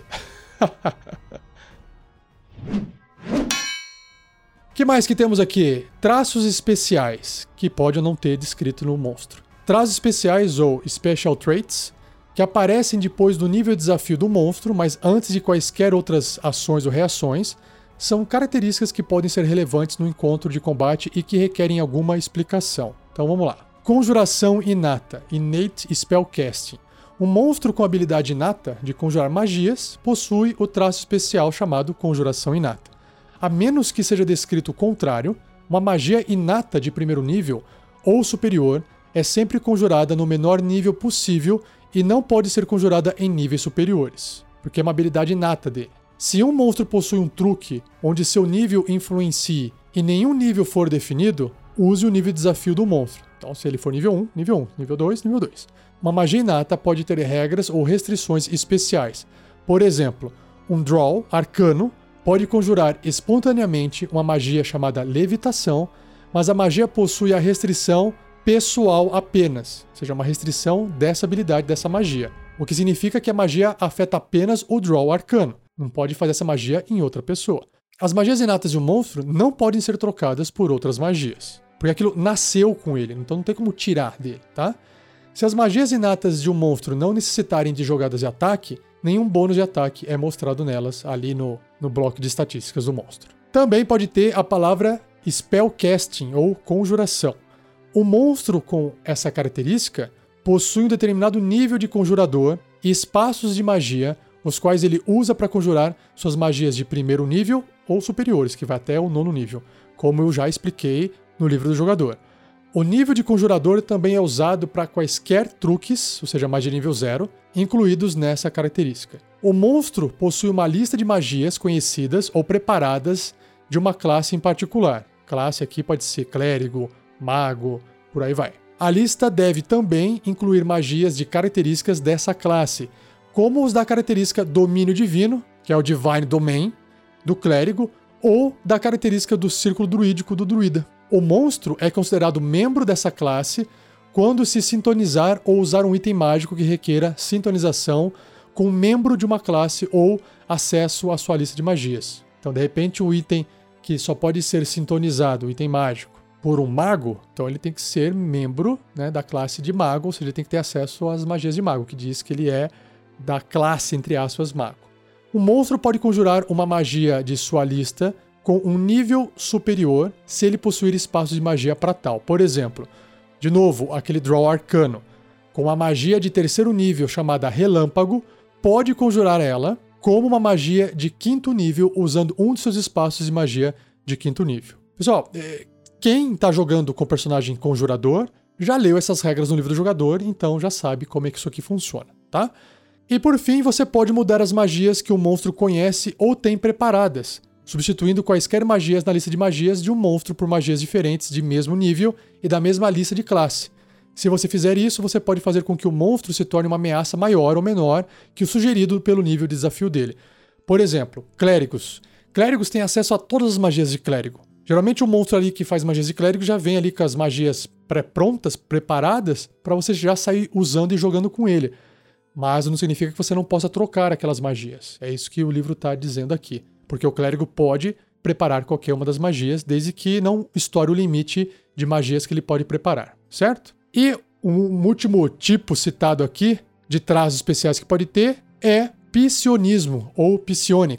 O que mais que temos aqui? Traços especiais, que pode ou não ter descrito no monstro. Traços especiais, ou Special Traits, que aparecem depois do nível de desafio do monstro, mas antes de quaisquer outras ações ou reações, são características que podem ser relevantes no encontro de combate e que requerem alguma explicação. Então vamos lá. Conjuração inata, Innate Spellcasting. Um monstro com habilidade inata de conjurar magias possui o traço especial chamado Conjuração Inata. A menos que seja descrito o contrário, uma magia inata de primeiro nível ou superior é sempre conjurada no menor nível possível e não pode ser conjurada em níveis superiores, porque é uma habilidade inata dele. Se um monstro possui um truque onde seu nível influencie e nenhum nível for definido, use o nível de desafio do monstro. Então, se ele for nível 1, nível 1, nível 2, nível 2. Uma magia inata pode ter regras ou restrições especiais. Por exemplo, um Drow arcano pode conjurar espontaneamente uma magia chamada levitação, mas a magia possui a restrição pessoal apenas, ou seja, uma restrição dessa habilidade, dessa magia. O que significa que a magia afeta apenas o Drow arcano. Não pode fazer essa magia em outra pessoa. As magias inatas de um monstro não podem ser trocadas por outras magias, porque aquilo nasceu com ele, então não tem como tirar dele, tá? Se as magias inatas de um monstro não necessitarem de jogadas de ataque, nenhum bônus de ataque é mostrado nelas ali no bloco de estatísticas do monstro. Também pode ter a palavra Spellcasting ou conjuração. O monstro com essa característica possui um determinado nível de conjurador e espaços de magia, os quais ele usa para conjurar suas magias de primeiro nível ou superiores, que vai até o 9º nível, como eu já expliquei no livro do jogador. O nível de conjurador também é usado para quaisquer truques, ou seja, magia nível 0, incluídos nessa característica. O monstro possui uma lista de magias conhecidas ou preparadas de uma classe em particular. Classe aqui pode ser clérigo, mago, por aí vai. A lista deve também incluir magias de características dessa classe, como os da característica domínio divino, que é o Divine Domain, do clérigo, ou da característica do círculo druídico do druida. O monstro é considerado membro dessa classe quando se sintonizar ou usar um item mágico que requeira sintonização com um membro de uma classe ou acesso à sua lista de magias. Então, de repente, o item que só pode ser sintonizado, o item mágico, por um mago, então ele tem que ser membro, né, da classe de mago, ou seja, ele tem que ter acesso às magias de mago, que diz que ele é da classe, entre aspas, mago. O monstro pode conjurar uma magia de sua lista com um nível superior se ele possuir espaços de magia para tal. Por exemplo, de novo, aquele Drow arcano, com uma magia de terceiro nível chamada Relâmpago, pode conjurar ela como uma magia de 5º nível usando um de seus espaços de magia de 5º nível. Pessoal, quem está jogando com o personagem conjurador já leu essas regras no livro do jogador, então já sabe como é que isso aqui funciona, tá? E por fim, você pode mudar as magias que o monstro conhece ou tem preparadas, substituindo quaisquer magias na lista de magias de um monstro por magias diferentes de mesmo nível e da mesma lista de classe. Se você fizer isso, você pode fazer com que o monstro se torne uma ameaça maior ou menor que o sugerido pelo nível de desafio dele. Por exemplo, clérigos. Clérigos têm acesso a todas as magias de clérigo. Geralmente o monstro ali que faz magias de clérigo já vem ali com as magias pré-prontas, preparadas, para você já sair usando e jogando com ele. Mas não significa que você não possa trocar aquelas magias. É isso que o livro está dizendo aqui. Porque o clérigo pode preparar qualquer uma das magias, desde que não estoure o limite de magias que ele pode preparar, certo? E um último tipo citado aqui, de traços especiais que pode ter, é psionismo, ou psionics.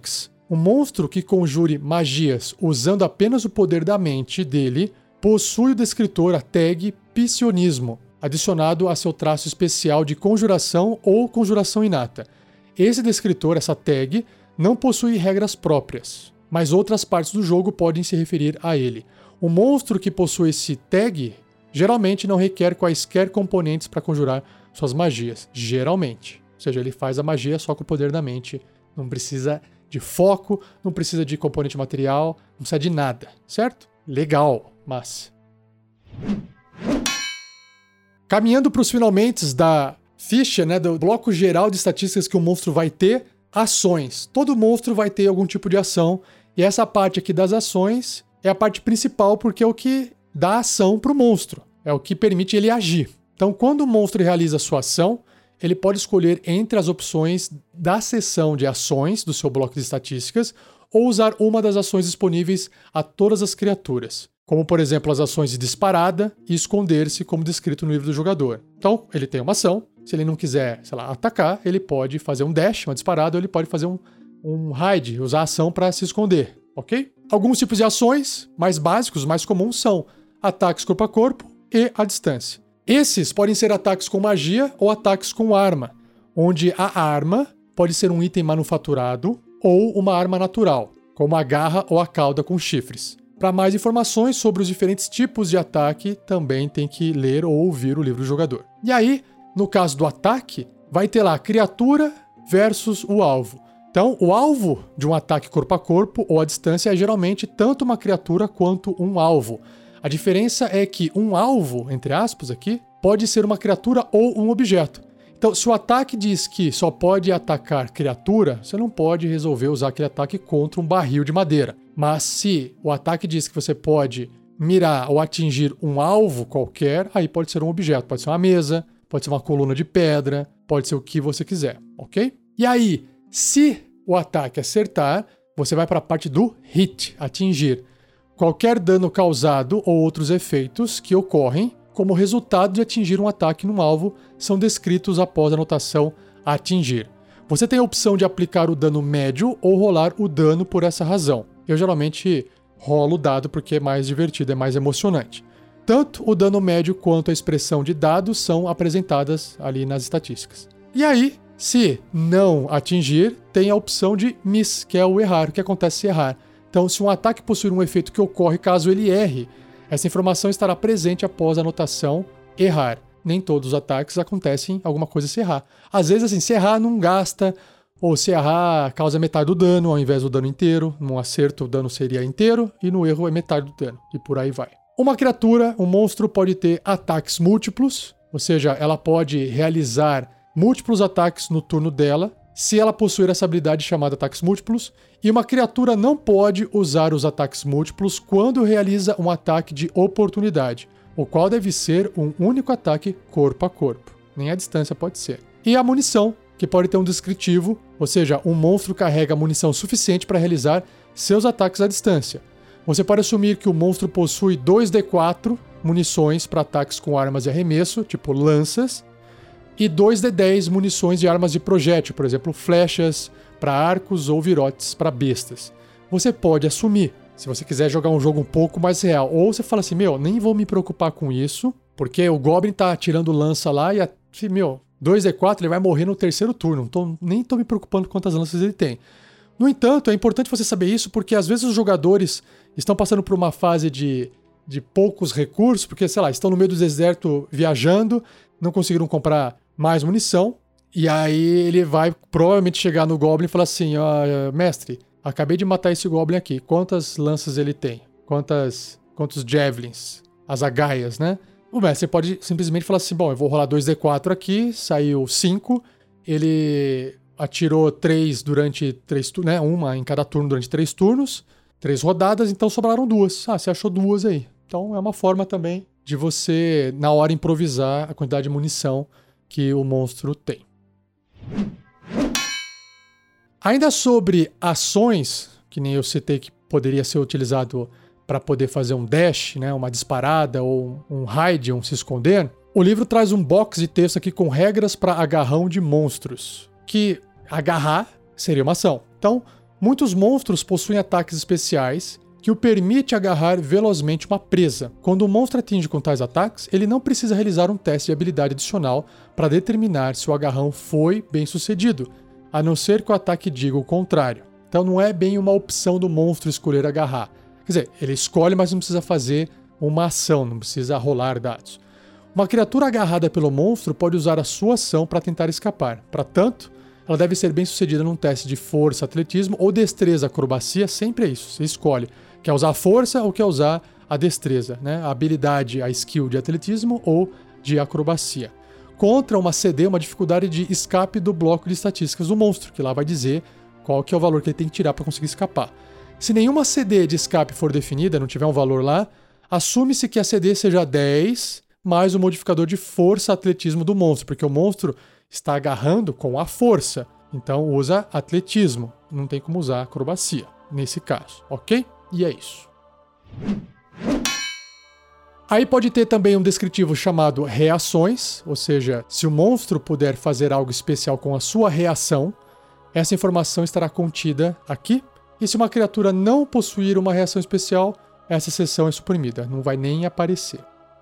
Um monstro que conjure magias usando apenas o poder da mente dele possui o descritor a tag Psionismo, adicionado a seu traço especial de conjuração ou conjuração inata. Esse descritor, essa tag, não possui regras próprias, mas outras partes do jogo podem se referir a ele. O monstro que possui esse tag geralmente não requer quaisquer componentes para conjurar suas magias, geralmente. Ou seja, ele faz a magia só com o poder da mente, não precisa de foco, não precisa de componente material, não precisa de nada, certo? Legal, mas... Caminhando para os finalmente da ficha, né, do bloco geral de estatísticas que o monstro vai ter, ações. Todo monstro vai ter algum tipo de ação, e essa parte aqui das ações é a parte principal porque é o que dá ação para o monstro, é o que permite ele agir. Então, quando o monstro realiza a sua ação, ele pode escolher entre as opções da seção de ações do seu bloco de estatísticas ou usar uma das ações disponíveis a todas as criaturas, como, por exemplo, as ações de disparada e esconder-se, como descrito no livro do jogador. Então, ele tem uma ação, se ele não quiser, sei lá, atacar, ele pode fazer um dash, uma disparada, ou ele pode fazer um hide, usar a ação para se esconder, ok? Alguns tipos de ações mais básicos, mais comuns, são ataques corpo a corpo e à distância. Esses podem ser ataques com magia ou ataques com arma, onde a arma pode ser um item manufaturado ou uma arma natural, como a garra ou a cauda com chifres. Para mais informações sobre os diferentes tipos de ataque, também tem que ler ou ouvir o livro do jogador. E aí, no caso do ataque, vai ter lá criatura versus o alvo. Então, o alvo de um ataque corpo a corpo ou à distância é geralmente tanto uma criatura quanto um alvo. A diferença é que um alvo, entre aspas aqui, pode ser uma criatura ou um objeto. Então, se o ataque diz que só pode atacar criatura, você não pode resolver usar aquele ataque contra um barril de madeira. Mas se o ataque diz que você pode mirar ou atingir um alvo qualquer, aí pode ser um objeto. Pode ser uma mesa, pode ser uma coluna de pedra, pode ser o que você quiser, ok? E aí, se o ataque acertar, você vai para a parte do hit, atingir. Qualquer dano causado ou outros efeitos que ocorrem como resultado de atingir um ataque num alvo são descritos após a anotação atingir. Você tem a opção de aplicar o dano médio ou rolar o dano por essa razão. Eu geralmente rolo o dado porque é mais divertido, é mais emocionante. Tanto o dano médio quanto a expressão de dados são apresentadas ali nas estatísticas. E aí, se não atingir, tem a opção de miss, que é o errar, o que acontece se errar. Então, se um ataque possui um efeito que ocorre caso ele erre, essa informação estará presente após a anotação errar. Nem todos os ataques acontecem alguma coisa se errar. Às vezes, assim, se errar não gasta, ou se errar causa metade do dano ao invés do dano inteiro. Num acerto o dano seria inteiro e no erro é metade do dano. E por aí vai. Uma criatura, um monstro, pode ter ataques múltiplos, ou seja, ela pode realizar múltiplos ataques no turno dela, se ela possuir essa habilidade chamada ataques múltiplos, e uma criatura não pode usar os ataques múltiplos quando realiza um ataque de oportunidade, o qual deve ser um único ataque corpo a corpo, nem a distância pode ser. E a munição, que pode ter um descritivo, ou seja, um monstro carrega munição suficiente para realizar seus ataques à distância. Você pode assumir que o monstro possui 2d4 munições para ataques com armas de arremesso, tipo lanças, e 2d10 munições de armas de projétil, por exemplo, flechas para arcos ou virotes para bestas. Você pode assumir, se você quiser jogar um jogo um pouco mais real, ou você fala assim, nem vou me preocupar com isso, porque o Goblin tá tirando lança lá e, 2d4 ele vai morrer no terceiro turno, nem tô me preocupando com quantas lanças ele tem. No entanto, é importante você saber isso porque às vezes os jogadores estão passando por uma fase de poucos recursos, porque, estão no meio do deserto viajando, não conseguiram comprar mais munição, e aí ele vai provavelmente chegar no Goblin e falar assim, mestre, acabei de matar esse Goblin aqui, quantas lanças ele tem? Quantos Javelins? As agaias, né? O mestre pode simplesmente falar assim, eu vou rolar 2d4 aqui, saiu 5, ele atirou 3 durante 3 turnos, né? Uma em cada turno durante 3 turnos, 3 rodadas, então sobraram 2. Você achou 2 aí. Então é uma forma também de você, na hora, improvisar a quantidade de munição que o monstro tem. Ainda sobre ações, que nem eu citei que poderia ser utilizado para poder fazer um dash, né, uma disparada ou um hide, um se esconder, o livro traz um box de texto aqui com regras para agarrão de monstros, que agarrar seria uma ação. Então, Muitos monstros possuem ataques especiais que o permite agarrar velozmente uma presa. Quando o monstro atinge com tais ataques, ele não precisa realizar um teste de habilidade adicional para determinar se o agarrão foi bem sucedido, a não ser que o ataque diga o contrário. Então não é bem uma opção do monstro escolher agarrar. Quer dizer, ele escolhe, mas não precisa fazer uma ação, não precisa rolar dados. Uma criatura agarrada pelo monstro pode usar a sua ação para tentar escapar. Para tanto, ela deve ser bem sucedida num teste de força, atletismo ou destreza, acrobacia, sempre é isso. Você escolhe. Quer usar a força ou quer usar a destreza, né? A habilidade, a skill de atletismo ou de acrobacia. Contra uma CD, uma dificuldade de escape do bloco de estatísticas do monstro, que lá vai dizer qual que é o valor que ele tem que tirar para conseguir escapar. Se nenhuma CD de escape for definida, não tiver um valor lá, assume-se que a CD seja 10 mais o modificador de força atletismo do monstro, porque o monstro está agarrando com a força. Então usa atletismo, não tem como usar acrobacia nesse caso, ok? E é isso. Aí pode ter também um descritivo chamado reações, ou seja, se o monstro puder fazer algo especial com a sua reação, essa informação estará contida aqui. E se uma criatura não possuir uma reação especial, essa seção é suprimida, não vai nem aparecer.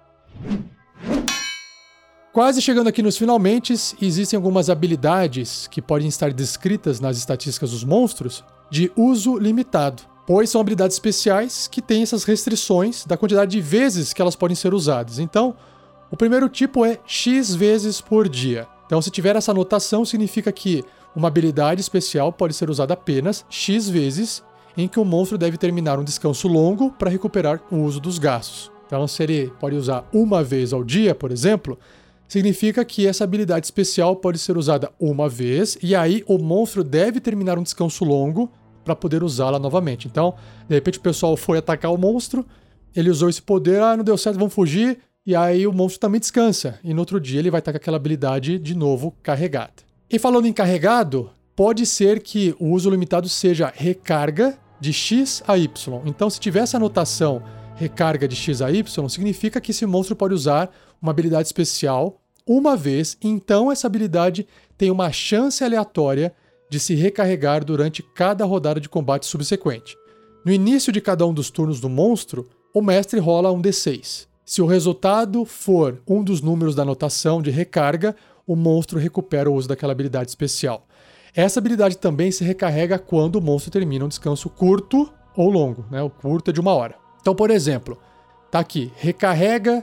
Quase chegando aqui nos finalmente, existem algumas habilidades que podem estar descritas nas estatísticas dos monstros de uso limitado, pois são habilidades especiais que têm essas restrições da quantidade de vezes que elas podem ser usadas. Então, o primeiro tipo é X vezes por dia. Então, se tiver essa anotação, significa que uma habilidade especial pode ser usada apenas X vezes, em que o monstro deve terminar um descanso longo para recuperar o uso dos gastos. Então, se ele pode usar uma vez ao dia, por exemplo, significa que essa habilidade especial pode ser usada uma vez, e aí o monstro deve terminar um descanso longo para poder usá-la novamente. Então, de repente o pessoal foi atacar o monstro, ele usou esse poder, não deu certo, vamos fugir, e aí o monstro também descansa. E no outro dia ele vai estar com aquela habilidade de novo carregada. E falando em carregado, pode ser que o uso limitado seja recarga de X a Y. Então, se tiver essa anotação recarga de X a Y, significa que esse monstro pode usar uma habilidade especial uma vez, então essa habilidade tem uma chance aleatória de se recarregar durante cada rodada de combate subsequente. No início de cada um dos turnos do monstro, o mestre rola um D6. Se o resultado for um dos números da anotação de recarga, o monstro recupera o uso daquela habilidade especial. Essa habilidade também se recarrega quando o monstro termina um descanso curto ou longo, né? O curto é de 1 hora. Então, por exemplo, tá aqui, recarrega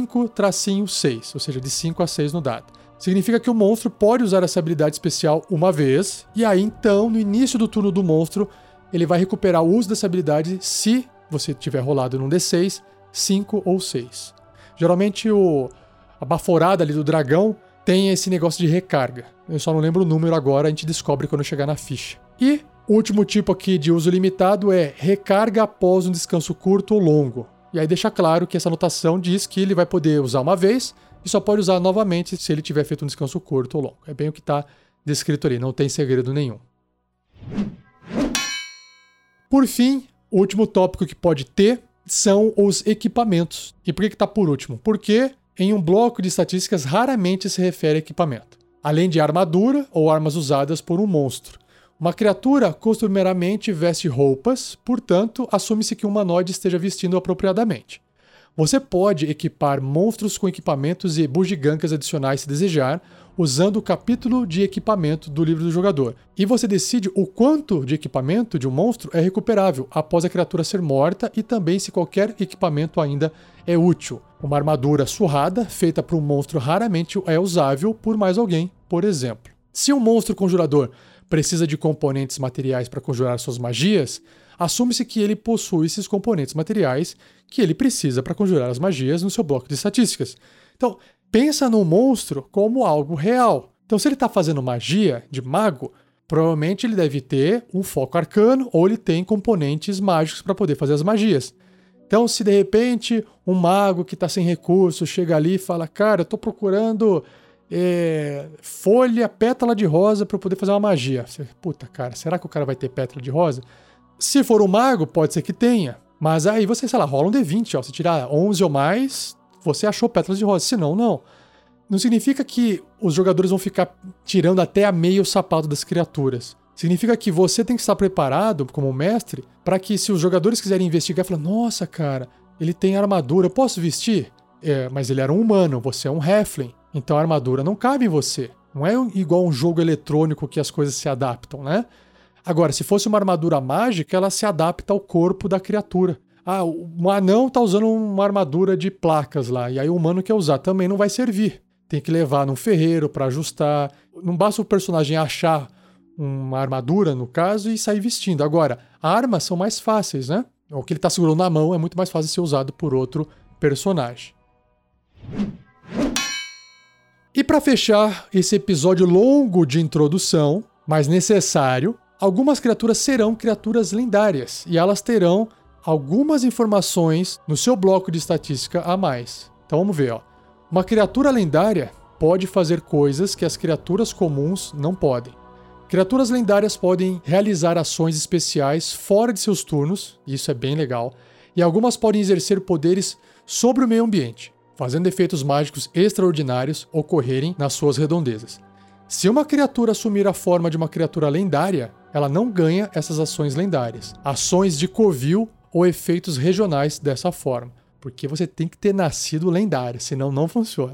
5-6, ou seja, de 5 a 6 no dado. Significa que o monstro pode usar essa habilidade especial uma vez, e aí então, no início do turno do monstro, ele vai recuperar o uso dessa habilidade se você tiver rolado num D6, 5 ou 6. Geralmente a baforada ali do dragão tem esse negócio de recarga. Eu só não lembro o número agora, a gente descobre quando chegar na ficha. E o último tipo aqui de uso limitado é recarga após um descanso curto ou longo. E aí deixa claro que essa anotação diz que ele vai poder usar uma vez e só pode usar novamente se ele tiver feito um descanso curto ou longo. É bem o que está descrito ali, não tem segredo nenhum. Por fim, o último tópico que pode ter são os equipamentos. E por que está por último? Porque em um bloco de estatísticas raramente se refere a equipamento, além de armadura ou armas usadas por um monstro. Uma criatura costumeiramente veste roupas, portanto, assume-se que um humanoide esteja vestindo apropriadamente. Você pode equipar monstros com equipamentos e bugigancas adicionais se desejar, usando o capítulo de equipamento do livro do jogador. E você decide o quanto de equipamento de um monstro é recuperável após a criatura ser morta e também se qualquer equipamento ainda é útil. Uma armadura surrada, feita por um monstro, raramente é usável por mais alguém, por exemplo. Se um monstro conjurador precisa de componentes materiais para conjurar suas magias, assume-se que ele possui esses componentes materiais que ele precisa para conjurar as magias no seu bloco de estatísticas. Então, pensa no monstro como algo real. Então, se ele está fazendo magia de mago, provavelmente ele deve ter um foco arcano ou ele tem componentes mágicos para poder fazer as magias. Então, se de repente um mago que está sem recursos chega ali e fala, cara, eu estou procurando folha, pétala de rosa para poder fazer uma magia. Puta, cara, será que o cara vai ter pétala de rosa? Se for um mago, pode ser que tenha. Mas aí você, sei lá, rola um D20, ó. Se tirar 11 ou mais, você achou pétalas de rosa. Se não, não. Não significa que os jogadores vão ficar tirando até a meia o sapato das criaturas. Significa que você tem que estar preparado como mestre para que se os jogadores quiserem investigar, falar, nossa, cara, ele tem armadura, eu posso vestir? Mas ele era um humano, você é um halfling, então a armadura não cabe em você. Não é igual um jogo eletrônico que as coisas se adaptam, né? Agora, se fosse uma armadura mágica, ela se adapta ao corpo da criatura. Ah, um anão tá usando uma armadura de placas lá, e aí o humano quer usar, também não vai servir. Tem que levar num ferreiro para ajustar. Não basta o personagem achar uma armadura, no caso, e sair vestindo. Agora, armas são mais fáceis, né? O que ele tá segurando na mão é muito mais fácil de ser usado por outro personagem. E para fechar esse episódio longo de introdução, mas necessário, algumas criaturas serão criaturas lendárias e elas terão algumas informações no seu bloco de estatística a mais. Então vamos ver, ó. Uma criatura lendária pode fazer coisas que as criaturas comuns não podem. Criaturas lendárias podem realizar ações especiais fora de seus turnos, isso é bem legal, e algumas podem exercer poderes sobre o meio ambiente, fazendo efeitos mágicos extraordinários ocorrerem nas suas redondezas. Se uma criatura assumir a forma de uma criatura lendária, ela não ganha essas ações lendárias, ações de covil ou efeitos regionais dessa forma, porque você tem que ter nascido lendário, senão não funciona.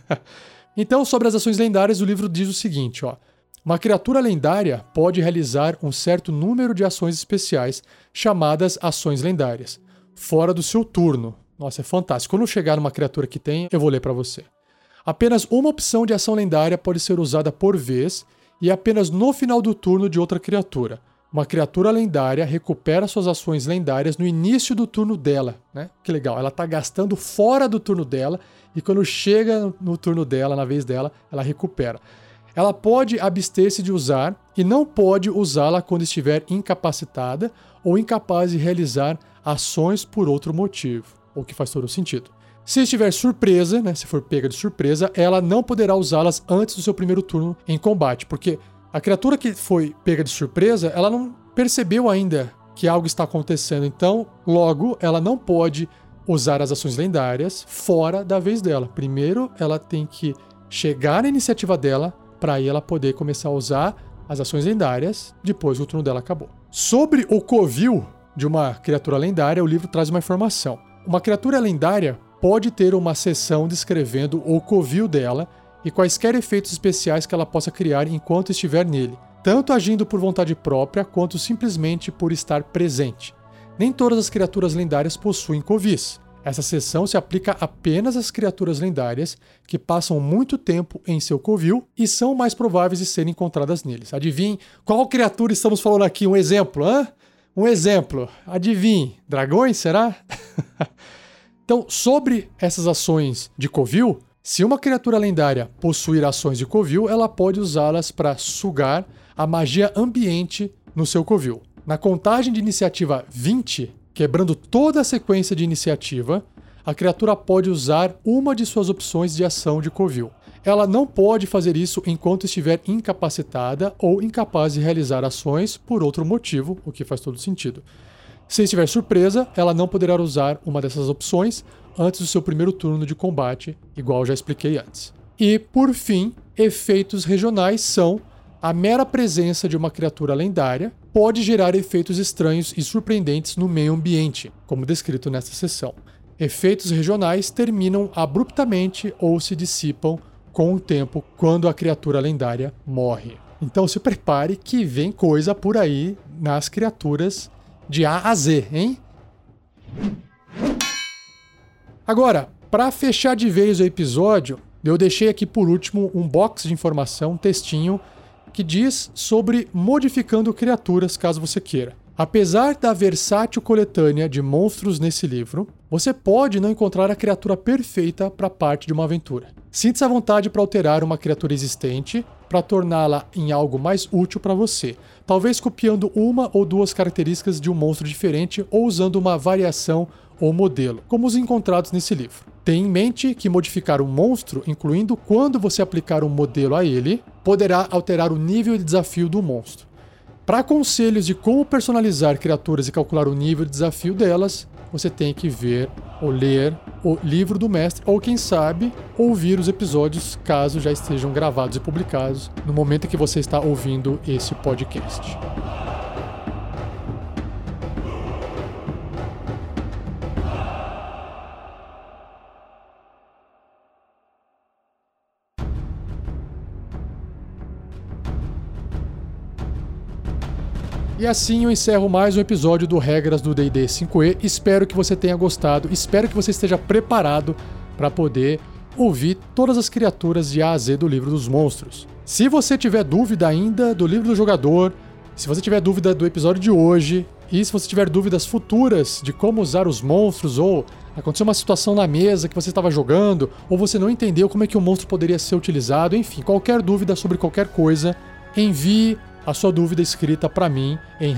Então, sobre as ações lendárias, o livro diz o seguinte, ó. Uma criatura lendária pode realizar um certo número de ações especiais, chamadas ações lendárias, fora do seu turno. Nossa, é fantástico. Quando eu chegar numa criatura que tem, eu vou ler para você. Apenas uma opção de ação lendária pode ser usada por vez e apenas no final do turno de outra criatura. Uma criatura lendária recupera suas ações lendárias no início do turno dela, né? Que legal, ela está gastando fora do turno dela e quando chega no turno dela, na vez dela, ela recupera. Ela pode abster-se de usar e não pode usá-la quando estiver incapacitada ou incapaz de realizar ações por outro motivo, o que faz todo sentido. Se estiver surpresa, né, se for pega de surpresa, ela não poderá usá-las antes do seu primeiro turno em combate, porque a criatura que foi pega de surpresa, ela não percebeu ainda que algo está acontecendo, então logo ela não pode usar as ações lendárias fora da vez dela. Primeiro ela tem que chegar na iniciativa dela, para aí ela poder começar a usar as ações lendárias depois que o turno dela acabou. Sobre o covil de uma criatura lendária, o livro traz uma informação. Uma criatura lendária pode ter uma seção descrevendo o covil dela e quaisquer efeitos especiais que ela possa criar enquanto estiver nele, tanto agindo por vontade própria quanto simplesmente por estar presente. Nem todas as criaturas lendárias possuem covis. Essa seção se aplica apenas às criaturas lendárias que passam muito tempo em seu covil e são mais prováveis de serem encontradas neles. Adivinhe qual criatura estamos falando aqui? Um exemplo, hã? Um exemplo. Adivinhe. Dragões, será? Então, sobre essas ações de covil, se uma criatura lendária possuir ações de covil, ela pode usá-las para sugar a magia ambiente no seu covil. Na contagem de iniciativa 20, quebrando toda a sequência de iniciativa, a criatura pode usar uma de suas opções de ação de covil. Ela não pode fazer isso enquanto estiver incapacitada ou incapaz de realizar ações por outro motivo, o que faz todo sentido. Se estiver surpresa, ela não poderá usar uma dessas opções antes do seu primeiro turno de combate, igual eu já expliquei antes. E, por fim, efeitos regionais são a mera presença de uma criatura lendária pode gerar efeitos estranhos e surpreendentes no meio ambiente, como descrito nesta seção. Efeitos regionais terminam abruptamente ou se dissipam com o tempo quando a criatura lendária morre. Então se prepare que vem coisa por aí nas criaturas de A a Z, hein? Agora, para fechar de vez o episódio, eu deixei aqui por último um box de informação, um textinho, que diz sobre modificando criaturas caso você queira. Apesar da versátil coletânea de monstros nesse livro, você pode não encontrar a criatura perfeita para parte de uma aventura. Sinta-se à vontade para alterar uma criatura existente para torná-la em algo mais útil para você, talvez copiando uma ou duas características de um monstro diferente ou usando uma variação ou modelo, como os encontrados nesse livro. Tenha em mente que modificar um monstro, incluindo quando você aplicar um modelo a ele, poderá alterar o nível de desafio do monstro. Para conselhos de como personalizar criaturas e calcular o nível de desafio delas, você tem que ver ou ler o livro do mestre, ou quem sabe, ouvir os episódios caso já estejam gravados e publicados no momento em que você está ouvindo esse podcast. E assim eu encerro mais um episódio do Regras do D&D 5e. Espero que você tenha gostado, espero que você esteja preparado para poder ouvir todas as criaturas de A a Z do livro dos monstros. Se você tiver dúvida ainda do livro do jogador, se você tiver dúvida do episódio de hoje, e se você tiver dúvidas futuras de como usar os monstros, ou aconteceu uma situação na mesa que você estava jogando, ou você não entendeu como é que o monstro poderia ser utilizado, enfim, qualquer dúvida sobre qualquer coisa, envie a sua dúvida escrita para mim em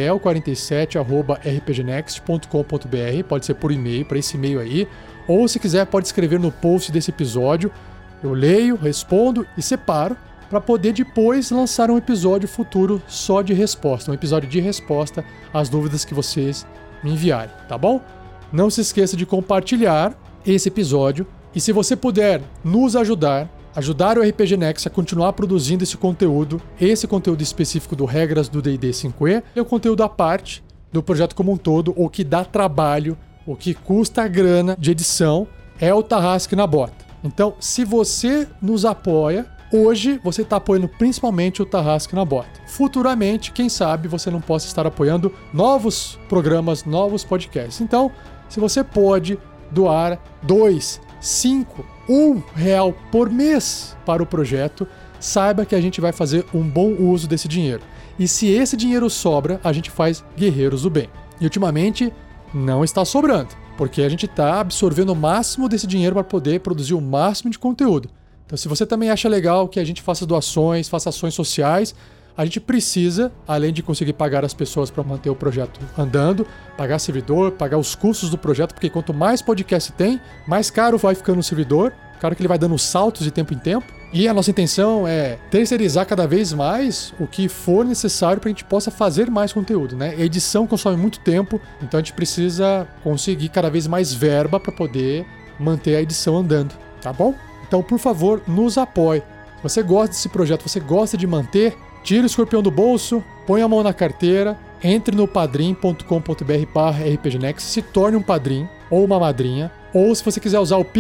rafael47@rpgnext.com.br, pode ser por e-mail, para esse e-mail aí, ou se quiser pode escrever no post desse episódio, eu leio, respondo e separo para poder depois lançar um episódio futuro só de resposta, um episódio de resposta às dúvidas que vocês me enviarem, tá bom? Não se esqueça de compartilhar esse episódio e se você puder nos ajudar o RPG Next a continuar produzindo esse conteúdo específico do Regras do D&D 5e, é o conteúdo à parte do projeto como um todo, o que dá trabalho, o que custa grana de edição, é o Tarrasque na Bota. Então, se você nos apoia, hoje você está apoiando principalmente o Tarrasque na Bota. Futuramente, quem sabe, você não possa estar apoiando novos programas, novos podcasts. Então, se você pode doar 2, 5, R$1 por mês para o projeto, saiba que a gente vai fazer um bom uso desse dinheiro. E se esse dinheiro sobra, a gente faz Guerreiros do Bem. E ultimamente não está sobrando, porque a gente está absorvendo o máximo desse dinheiro para poder produzir o máximo de conteúdo. Então se você também acha legal que a gente faça doações, faça ações sociais, a gente precisa, além de conseguir pagar as pessoas para manter o projeto andando, pagar servidor, pagar os custos do projeto, porque quanto mais podcast tem, mais caro vai ficando o servidor, claro que ele vai dando saltos de tempo em tempo, e a nossa intenção é terceirizar cada vez mais o que for necessário para a gente possa fazer mais conteúdo, né? A edição consome muito tempo, então a gente precisa conseguir cada vez mais verba para poder manter a edição andando, tá bom? Então, por favor, nos apoie. Se você gosta desse projeto, você gosta de manter, tira o escorpião do bolso, põe a mão na carteira, entre no padrim.com.br/rpgnext, se torne um padrinho ou uma madrinha, ou se você quiser usar o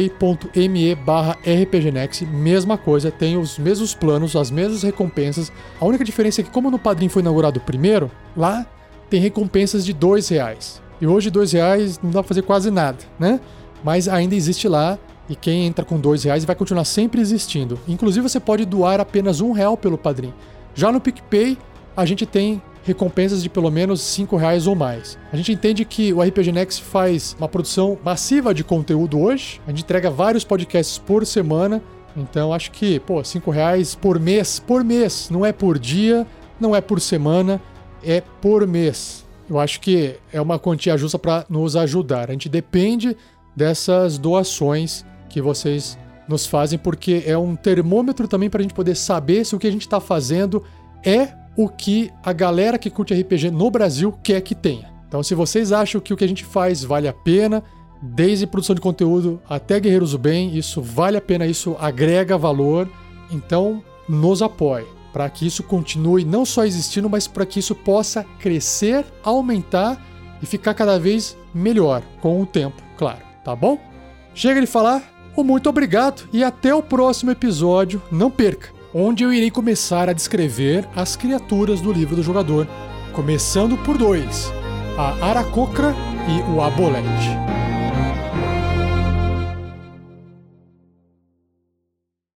picpay.me/rpgnext, mesma coisa, tem os mesmos planos, as mesmas recompensas. A única diferença é que como no Padrim foi inaugurado primeiro, lá tem recompensas de R$2. E hoje R$2 não dá pra fazer quase nada, né? Mas ainda existe lá. E quem entra com R$2 vai continuar sempre existindo. Inclusive você pode doar apenas R$1 pelo Padrim. Já no PicPay, a gente tem recompensas de pelo menos R$5 ou mais. A gente entende que o RPG Next faz uma produção massiva de conteúdo hoje. A gente entrega vários podcasts por semana. Então acho que, R$5 por mês, não é por dia, não é por semana, é por mês. Eu acho que é uma quantia justa para nos ajudar. A gente depende dessas doações que vocês nos fazem, porque é um termômetro também para a gente poder saber se o que a gente está fazendo é o que a galera que curte RPG no Brasil quer que tenha. Então, se vocês acham que o que a gente faz vale a pena, desde produção de conteúdo até Guerreiros do Bem, isso vale a pena, isso agrega valor, então nos apoie, para que isso continue não só existindo, mas para que isso possa crescer, aumentar e ficar cada vez melhor com o tempo, claro, tá bom? Chega de falar, muito obrigado e até o próximo episódio, não perca, onde eu irei começar a descrever as criaturas do livro do jogador, começando por 2, a Aracocra e o Abolete.